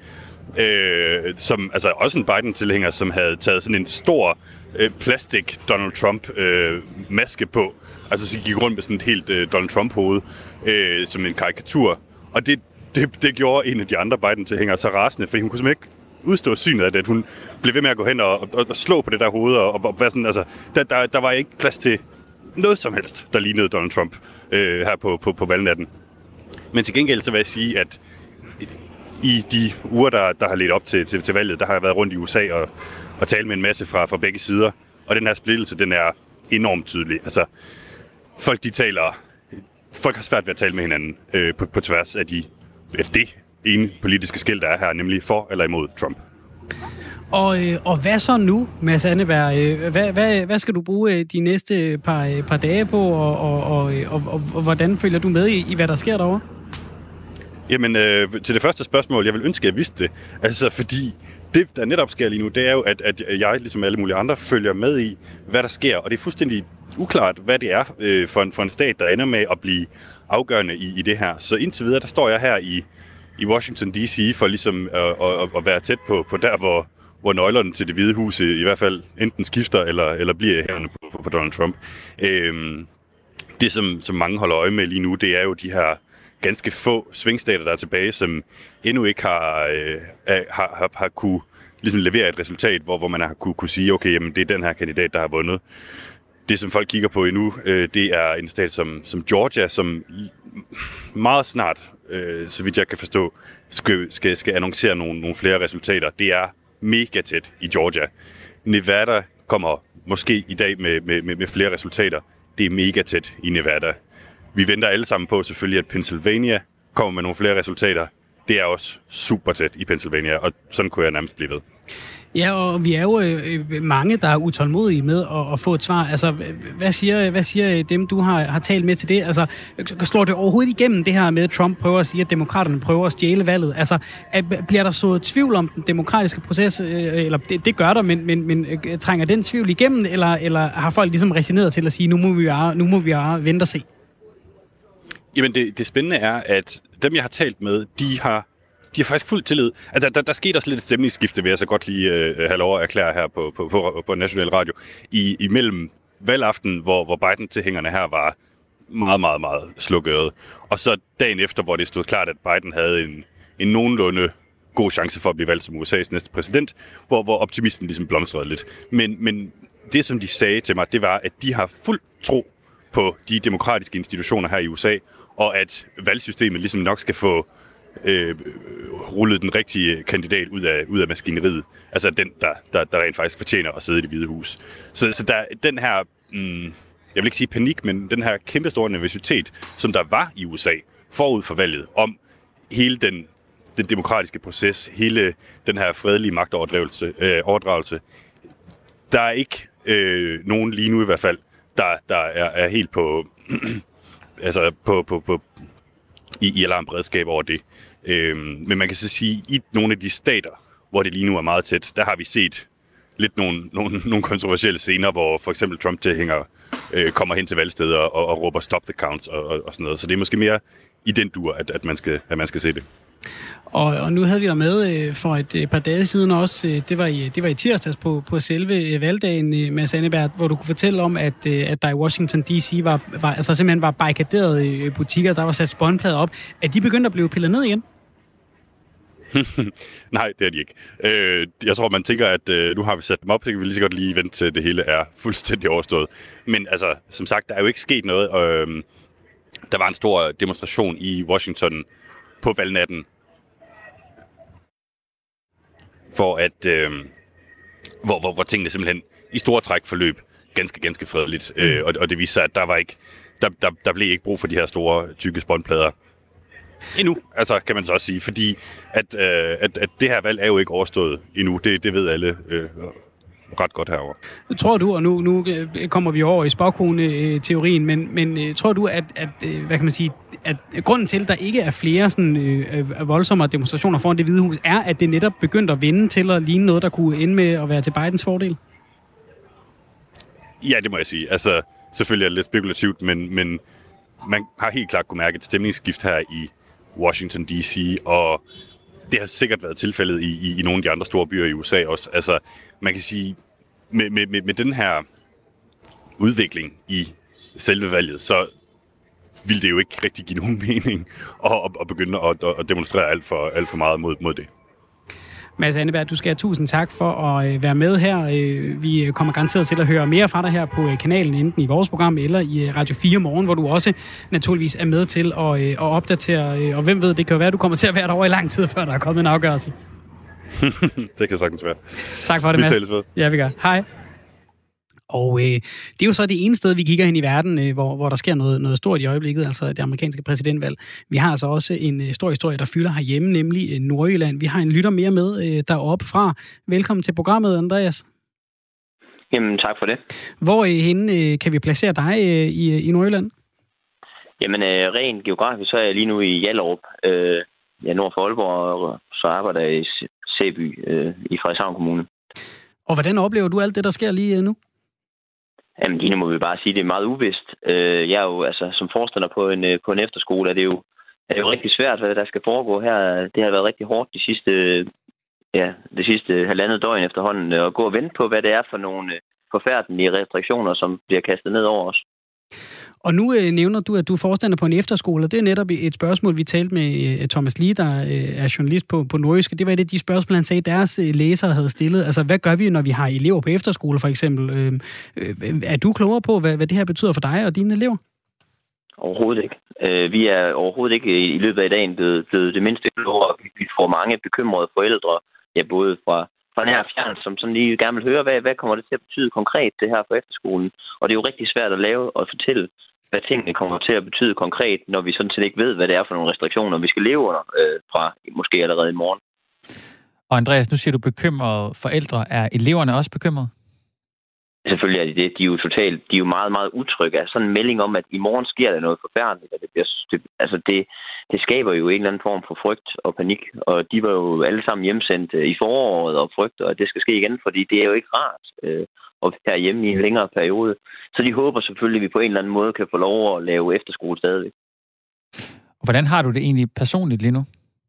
som altså også en Biden-tilhænger, som havde taget sådan en stor plastik Donald Trump-maske på. Altså så gik rundt med sådan et helt Donald Trump-hoved som en karikatur. Og det gjorde en af de andre Biden-tilhængere så rasende, fordi hun kunne simpelthen ikke udstå synet af det, at hun blev ved med at gå hen og slå på det der hoved og være sådan, altså, der var ikke plads til noget som helst, der lignede Donald Trump her på valgnatten. Men til gengæld så vil jeg sige, at i de uger, der har ledt op til valget, der har jeg været rundt i USA og talt med en masse fra begge sider. Og den her splittelse, den er enormt tydelig. Altså, folk har svært ved at tale med hinanden på tværs af det ene politiske skel, der er her, nemlig for eller imod Trump. Og hvad så nu, Mads Anneberg? Hvad skal du bruge de næste par dage på, og hvordan følger du med i, hvad der sker derovre? Jamen, til det første spørgsmål, jeg vil ønske, at jeg vidste det. Altså, fordi det, der netop sker lige nu, det er jo, at jeg, ligesom alle mulige andre, følger med i, hvad der sker. Og det er fuldstændig uklart, hvad det er for en stat, der ender med at blive afgørende i det her. Så indtil videre, der står jeg her i Washington D.C. for ligesom at være tæt på der, hvor nøglerne til Det Hvide Hus i hvert fald enten skifter eller bliver herinde på Donald Trump. Det, som mange holder øje med lige nu, det er jo de her ganske få svingstater, der er tilbage, som endnu ikke har kunne ligesom levere et resultat, hvor man har kunne sige, okay, jamen, det er den her kandidat, der har vundet. Det, som folk kigger på endnu, det er en stat som Georgia, som meget snart, så vidt jeg kan forstå, skal annoncere nogle flere resultater. Det er mega tæt i Georgia. Nevada kommer måske i dag med flere resultater. Det er mega tæt i Nevada. Vi venter alle sammen på selvfølgelig, at Pennsylvania kommer med nogle flere resultater. Det er også super tæt i Pennsylvania, og sådan kunne jeg nærmest blive ved. Ja, og vi er jo mange, der er utålmodige med at få et svar. Altså, hvad siger dem, du har talt med til det? Altså, slår det overhovedet igennem det her med, at Trump prøver at sige, at demokraterne prøver at stjæle valget? Altså, bliver der så tvivl om den demokratiske proces? Eller det gør der, men trænger den tvivl igennem? Eller har folk ligesom resigneret til at sige, nu må vi bare vente og se? Jamen, det spændende er, at dem, jeg har talt med, de har faktisk fuld tillid. Altså, der skete også lidt et stemningsskifte, vil jeg så godt lige have lov at erklære her på National Radio, imellem valgaften, hvor Biden-tilhængerne her var meget, meget, meget slukket, og så dagen efter, hvor det stod klart, at Biden havde en nogenlunde god chance for at blive valgt som USA's næste præsident, hvor optimisten ligesom blomstrede lidt. Men det, som de sagde til mig, det var, at de har fuld tro på de demokratiske institutioner her i USA, og at valgsystemet ligesom nok skal få rullet den rigtige kandidat ud af maskineriet. Altså den, der rent faktisk fortjener at sidde i Det Hvide Hus. Så der den her, jeg vil ikke sige panik, men den her kæmpestore nervøsitet, som der var i USA forud for valget, om hele den demokratiske proces, hele den her fredelige magtoverdragelse. Der er ikke nogen lige nu i hvert fald, der er helt på altså på i alarmberedskab over det. Men man kan så sige, i nogle af de stater, hvor det lige nu er meget tæt, der har vi set lidt nogle kontroversielle scener, hvor for eksempel Trump-tilhængere kommer hen til valgsteder og råber stop the counts og sådan noget. Så det er måske mere i den dur, at man skal se det. Og nu havde vi der med for et par dage siden også, det var i tirsdags på selve valgdagen, Mads Anneberg, hvor du kunne fortælle om, at der i Washington D.C. altså simpelthen var barrikaderede butikker, der var sat spånplader op. Er de begyndt at blive pillet ned igen? Nej, det er de ikke. Jeg tror, man tænker, at nu har vi sat dem op, så kan vi lige så godt lige vente til det hele er fuldstændig overstået. Men altså, som sagt, der er jo ikke sket noget. Der var en stor demonstration i Washington på valgnatten, for at hvor tingene simpelthen i store træk forløb ganske fredeligt. Og det viser sig, at der blev ikke brug for de her store, tykke spånplader endnu, altså kan man så også sige, fordi at det her valg er jo ikke overstået endnu. Det ved alle ret godt herover. Tror du, og nu kommer vi over i spåkone-teorien, men tror du, at hvad kan man sige, at grunden til, at der ikke er flere sådan voldsomme demonstrationer foran Det Hvide Hus, er, at det netop begyndt at vende til at ligne noget, der kunne ende med at være til Bidens fordel? Ja, det må jeg sige. Altså, selvfølgelig er det lidt spekulativt, men man har helt klart kunne mærke et stemningsskift her i Washington D.C., og det har sikkert været tilfældet i nogle af de andre store byer i USA også. Altså, man kan sige, med den her udvikling i selve valget, så ville det jo ikke rigtig give nogen mening at begynde at demonstrere alt for meget mod det. Mads Anneberg, du skal have tusind tak for at være med her. Vi kommer garanteret til at høre mere fra dig her på kanalen, enten i vores program eller i Radio 4 Morgen, hvor du også naturligvis er med til at opdatere. Og hvem ved, det kan jo være, at du kommer til at være derovre i lang tid, før der er kommet en afgørelse. Det kan sagtens være. Tak for det, Mads. Vi tales ved. Ja, vi gør. Hej. Og det er jo så det ene sted, vi kigger hen i verden, hvor der sker noget stort i øjeblikket, altså det amerikanske præsidentvalg. Vi har altså også en stor historie, der fylder herhjemme, nemlig Nordjylland. Vi har en lytter mere med deroppe fra. Velkommen til programmet, Andreas. Jamen, tak for det. Hvor henne kan vi placere dig i Nordjylland? Jamen, rent geografisk, så er jeg lige nu i Hjallerup, nord for Aalborg, og så arbejder jeg i Sæby i Frederikshavn Kommune. Og hvordan oplever du alt det, der sker lige nu? Jamen, lige nu må vi bare sige, at det er meget uvist. Jeg er jo, altså, som forstander på en efterskole, er det jo rigtig svært, hvad der skal foregå her. Det har været rigtig hårdt det sidste halvandet døgn efterhånden, at gå og vente på, hvad det er for nogle forfærdelige restriktioner, som bliver kastet ned over os. Og nu nævner du, at du er forstander på en efterskole, og det er netop et spørgsmål, vi talte med Thomas Lee, der er journalist på Nordjyske. Det var et af de spørgsmål, han sagde, deres læsere havde stillet. Altså, hvad gør vi, når vi har elever på efterskole, for eksempel? Er du klogere på, hvad det her betyder for dig og dine elever? Overhovedet ikke. Vi er overhovedet ikke i løbet af dagen blevet det mindste klogere. Vi får mange bekymrede forældre, både fra nær fjern, som sådan lige gerne vil høre, hvad kommer det til at betyde konkret, det her for efterskolen. Og det er jo rigtig svært at lave og fortælle, hvad tingene kommer til at betyde konkret, når vi sådan set ikke ved, hvad det er for nogle restriktioner, vi skal leve under fra måske allerede i morgen. Og Andreas, nu siger du bekymrede forældre. Er eleverne også bekymrede? Selvfølgelig er de det. De er jo meget, meget utrygge af sådan en melding om, at i morgen sker der noget forfærdeligt. Det skaber jo en eller anden form for frygt og panik. Og de var jo alle sammen hjemsendt i foråret og frygter, at det skal ske igen, fordi det er jo ikke rart at være hjemme i en længere periode. Så de håber selvfølgelig, at vi på en eller anden måde kan få lov at lave efterskole stadigvæk. Og hvordan har du det egentlig personligt lige nu?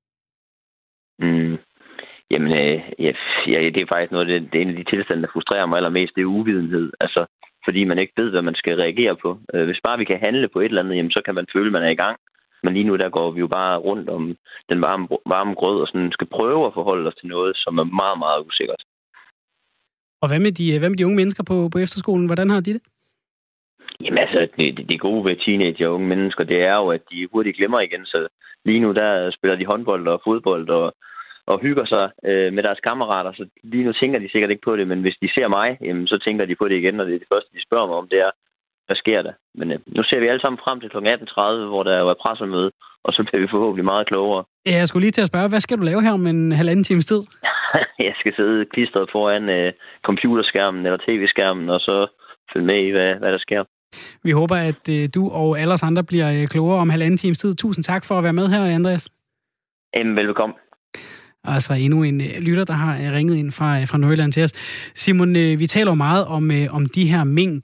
Jamen, det er faktisk noget, det er en af de tilstande, der frustrerer mig allermest, det er uvidenhed. Altså, fordi man ikke ved, hvad man skal reagere på. Hvis bare vi kan handle på et eller andet, jamen, så kan man føle, at man er i gang. Men lige nu, der går vi jo bare rundt om den varme grød og sådan skal prøve at forholde os til noget, som er meget, meget usikkert. Og hvad med de unge mennesker på efterskolen? Hvordan har de det? Jamen altså, det gode ved teenager og unge mennesker, det er jo, at de hurtigt glemmer igen. Så lige nu, der spiller de håndbold og fodbold og hygger sig med deres kammerater. Så lige nu tænker de sikkert ikke på det, men hvis de ser mig, jamen, så tænker de på det igen, og det er det første, de spørger mig om, det er, hvad sker der? Men nu ser vi alle sammen frem til kl. 18.30, hvor der er pressemøde, og så bliver vi forhåbentlig meget klogere. Ja, jeg skulle lige til at spørge, hvad skal du lave her om en halvanden times tid? Jeg skal sidde klistret foran computerskærmen eller tv-skærmen, og så følge med i, hvad der sker. Vi håber, at du og alle os andre bliver klogere om halvanden times tid. Tusind tak for at være med her, Andreas. Velbekomme. Altså endnu en lytter, der har ringet ind fra Nordjylland til os. Simon, vi taler jo meget om de her mink,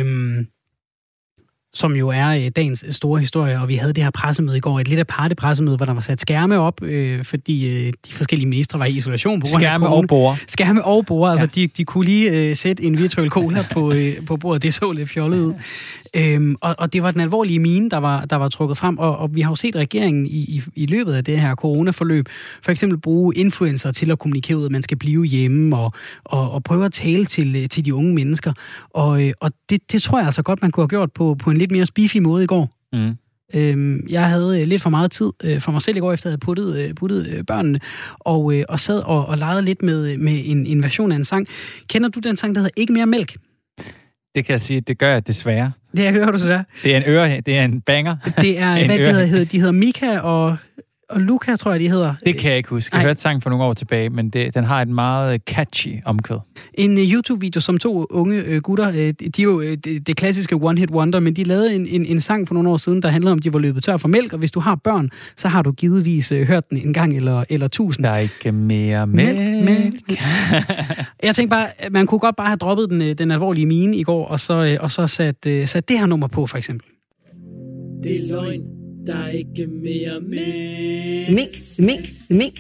som jo er dagens store historie, og vi havde det her pressemøde i går, et lidt aparte pressemøde, hvor der var sat skærme op, fordi de forskellige ministre var i isolation på grund af corona. Skærme og borer, ja. Altså de kunne lige sætte en virtuel cola på bordet, det så lidt fjollet ud. Og det var den alvorlige mine, der var trukket frem, og vi har jo set regeringen i løbet af det her coronaforløb for eksempel bruge influencer til at kommunikere ud, at man skal blive hjemme og prøve at tale til de unge mennesker. Og det tror jeg altså godt, man kunne have gjort på en lidt mere spiffy måde i går. Jeg havde lidt for meget tid for mig selv i går, efter at jeg havde puttet børnene, og sad og legede lidt med en version af en sang. Kender du den sang, der hedder Ikke mere mælk? Det kan jeg sige, det gør jeg desværre. Det hører du desværre. Det er en banger. Det er, hvad de hedder Mika og Luca, tror jeg, de hedder. Det kan jeg ikke huske. Jeg hørte sangen for nogle år tilbage, men den har et meget catchy omkvæd. En YouTube-video, som 2 unge gutter, de er jo det klassiske one-hit wonder, men de lavede en sang for nogle år siden, der handlede om, at de var løbet tør for mælk, og hvis du har børn, så har du givetvis hørt den en gang eller 1000. Der er ikke mere mælk. Jeg tænkte bare, man kunne godt bare have droppet den alvorlige mine i går, og så sat det her nummer på, for eksempel. Det er løgn. Der er ikke mere mælk. Mink.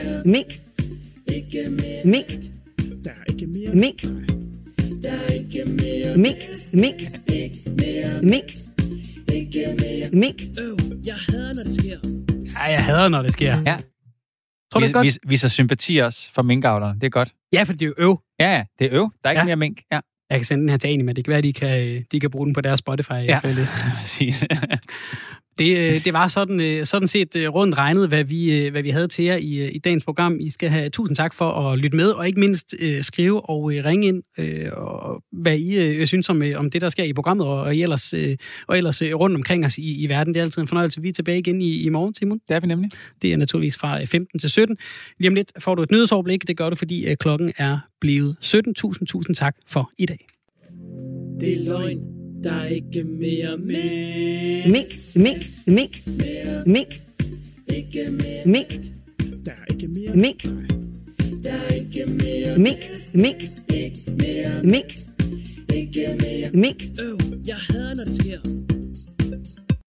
Der er ikke mere mink. Der er ikke mere Mink. Ikke mere Mink. Jeg hader, når det sker. Ja, jeg hader, når det sker. Ja. Tror du det er godt? Viser sympati også for minkavlerne. Det er godt. Ja, for det er jo øv. Ja, det er øv. Der er ikke mere mink. Ja. Jeg kan sende den her til Anima. Det kan være, de kan bruge den på deres Spotify-playlist. Ja, præcis. Det var sådan set rundt regnet, hvad vi havde til jer i dagens program. I skal have tusind tak for at lytte med, og ikke mindst skrive og ringe ind, og hvad I synes om det, der sker i programmet, og ellers rundt omkring os i verden. Det er altid en fornøjelse. Vi er tilbage igen i morgen, Simon. Det er vi nemlig. Det er naturligvis fra 15 til 17. Lige om lidt får du et nyhedsoverblik. Det gør du, fordi klokken er blevet 17. Tusind tak for i dag. Det er løgn. Der er ikke mere Mink. Ikke mere Mink. Der er ikke mere Mink. Der er ikke mere Mink. Ikke mere Mink. Ikke mere Mink. Jeg hader, når det sker.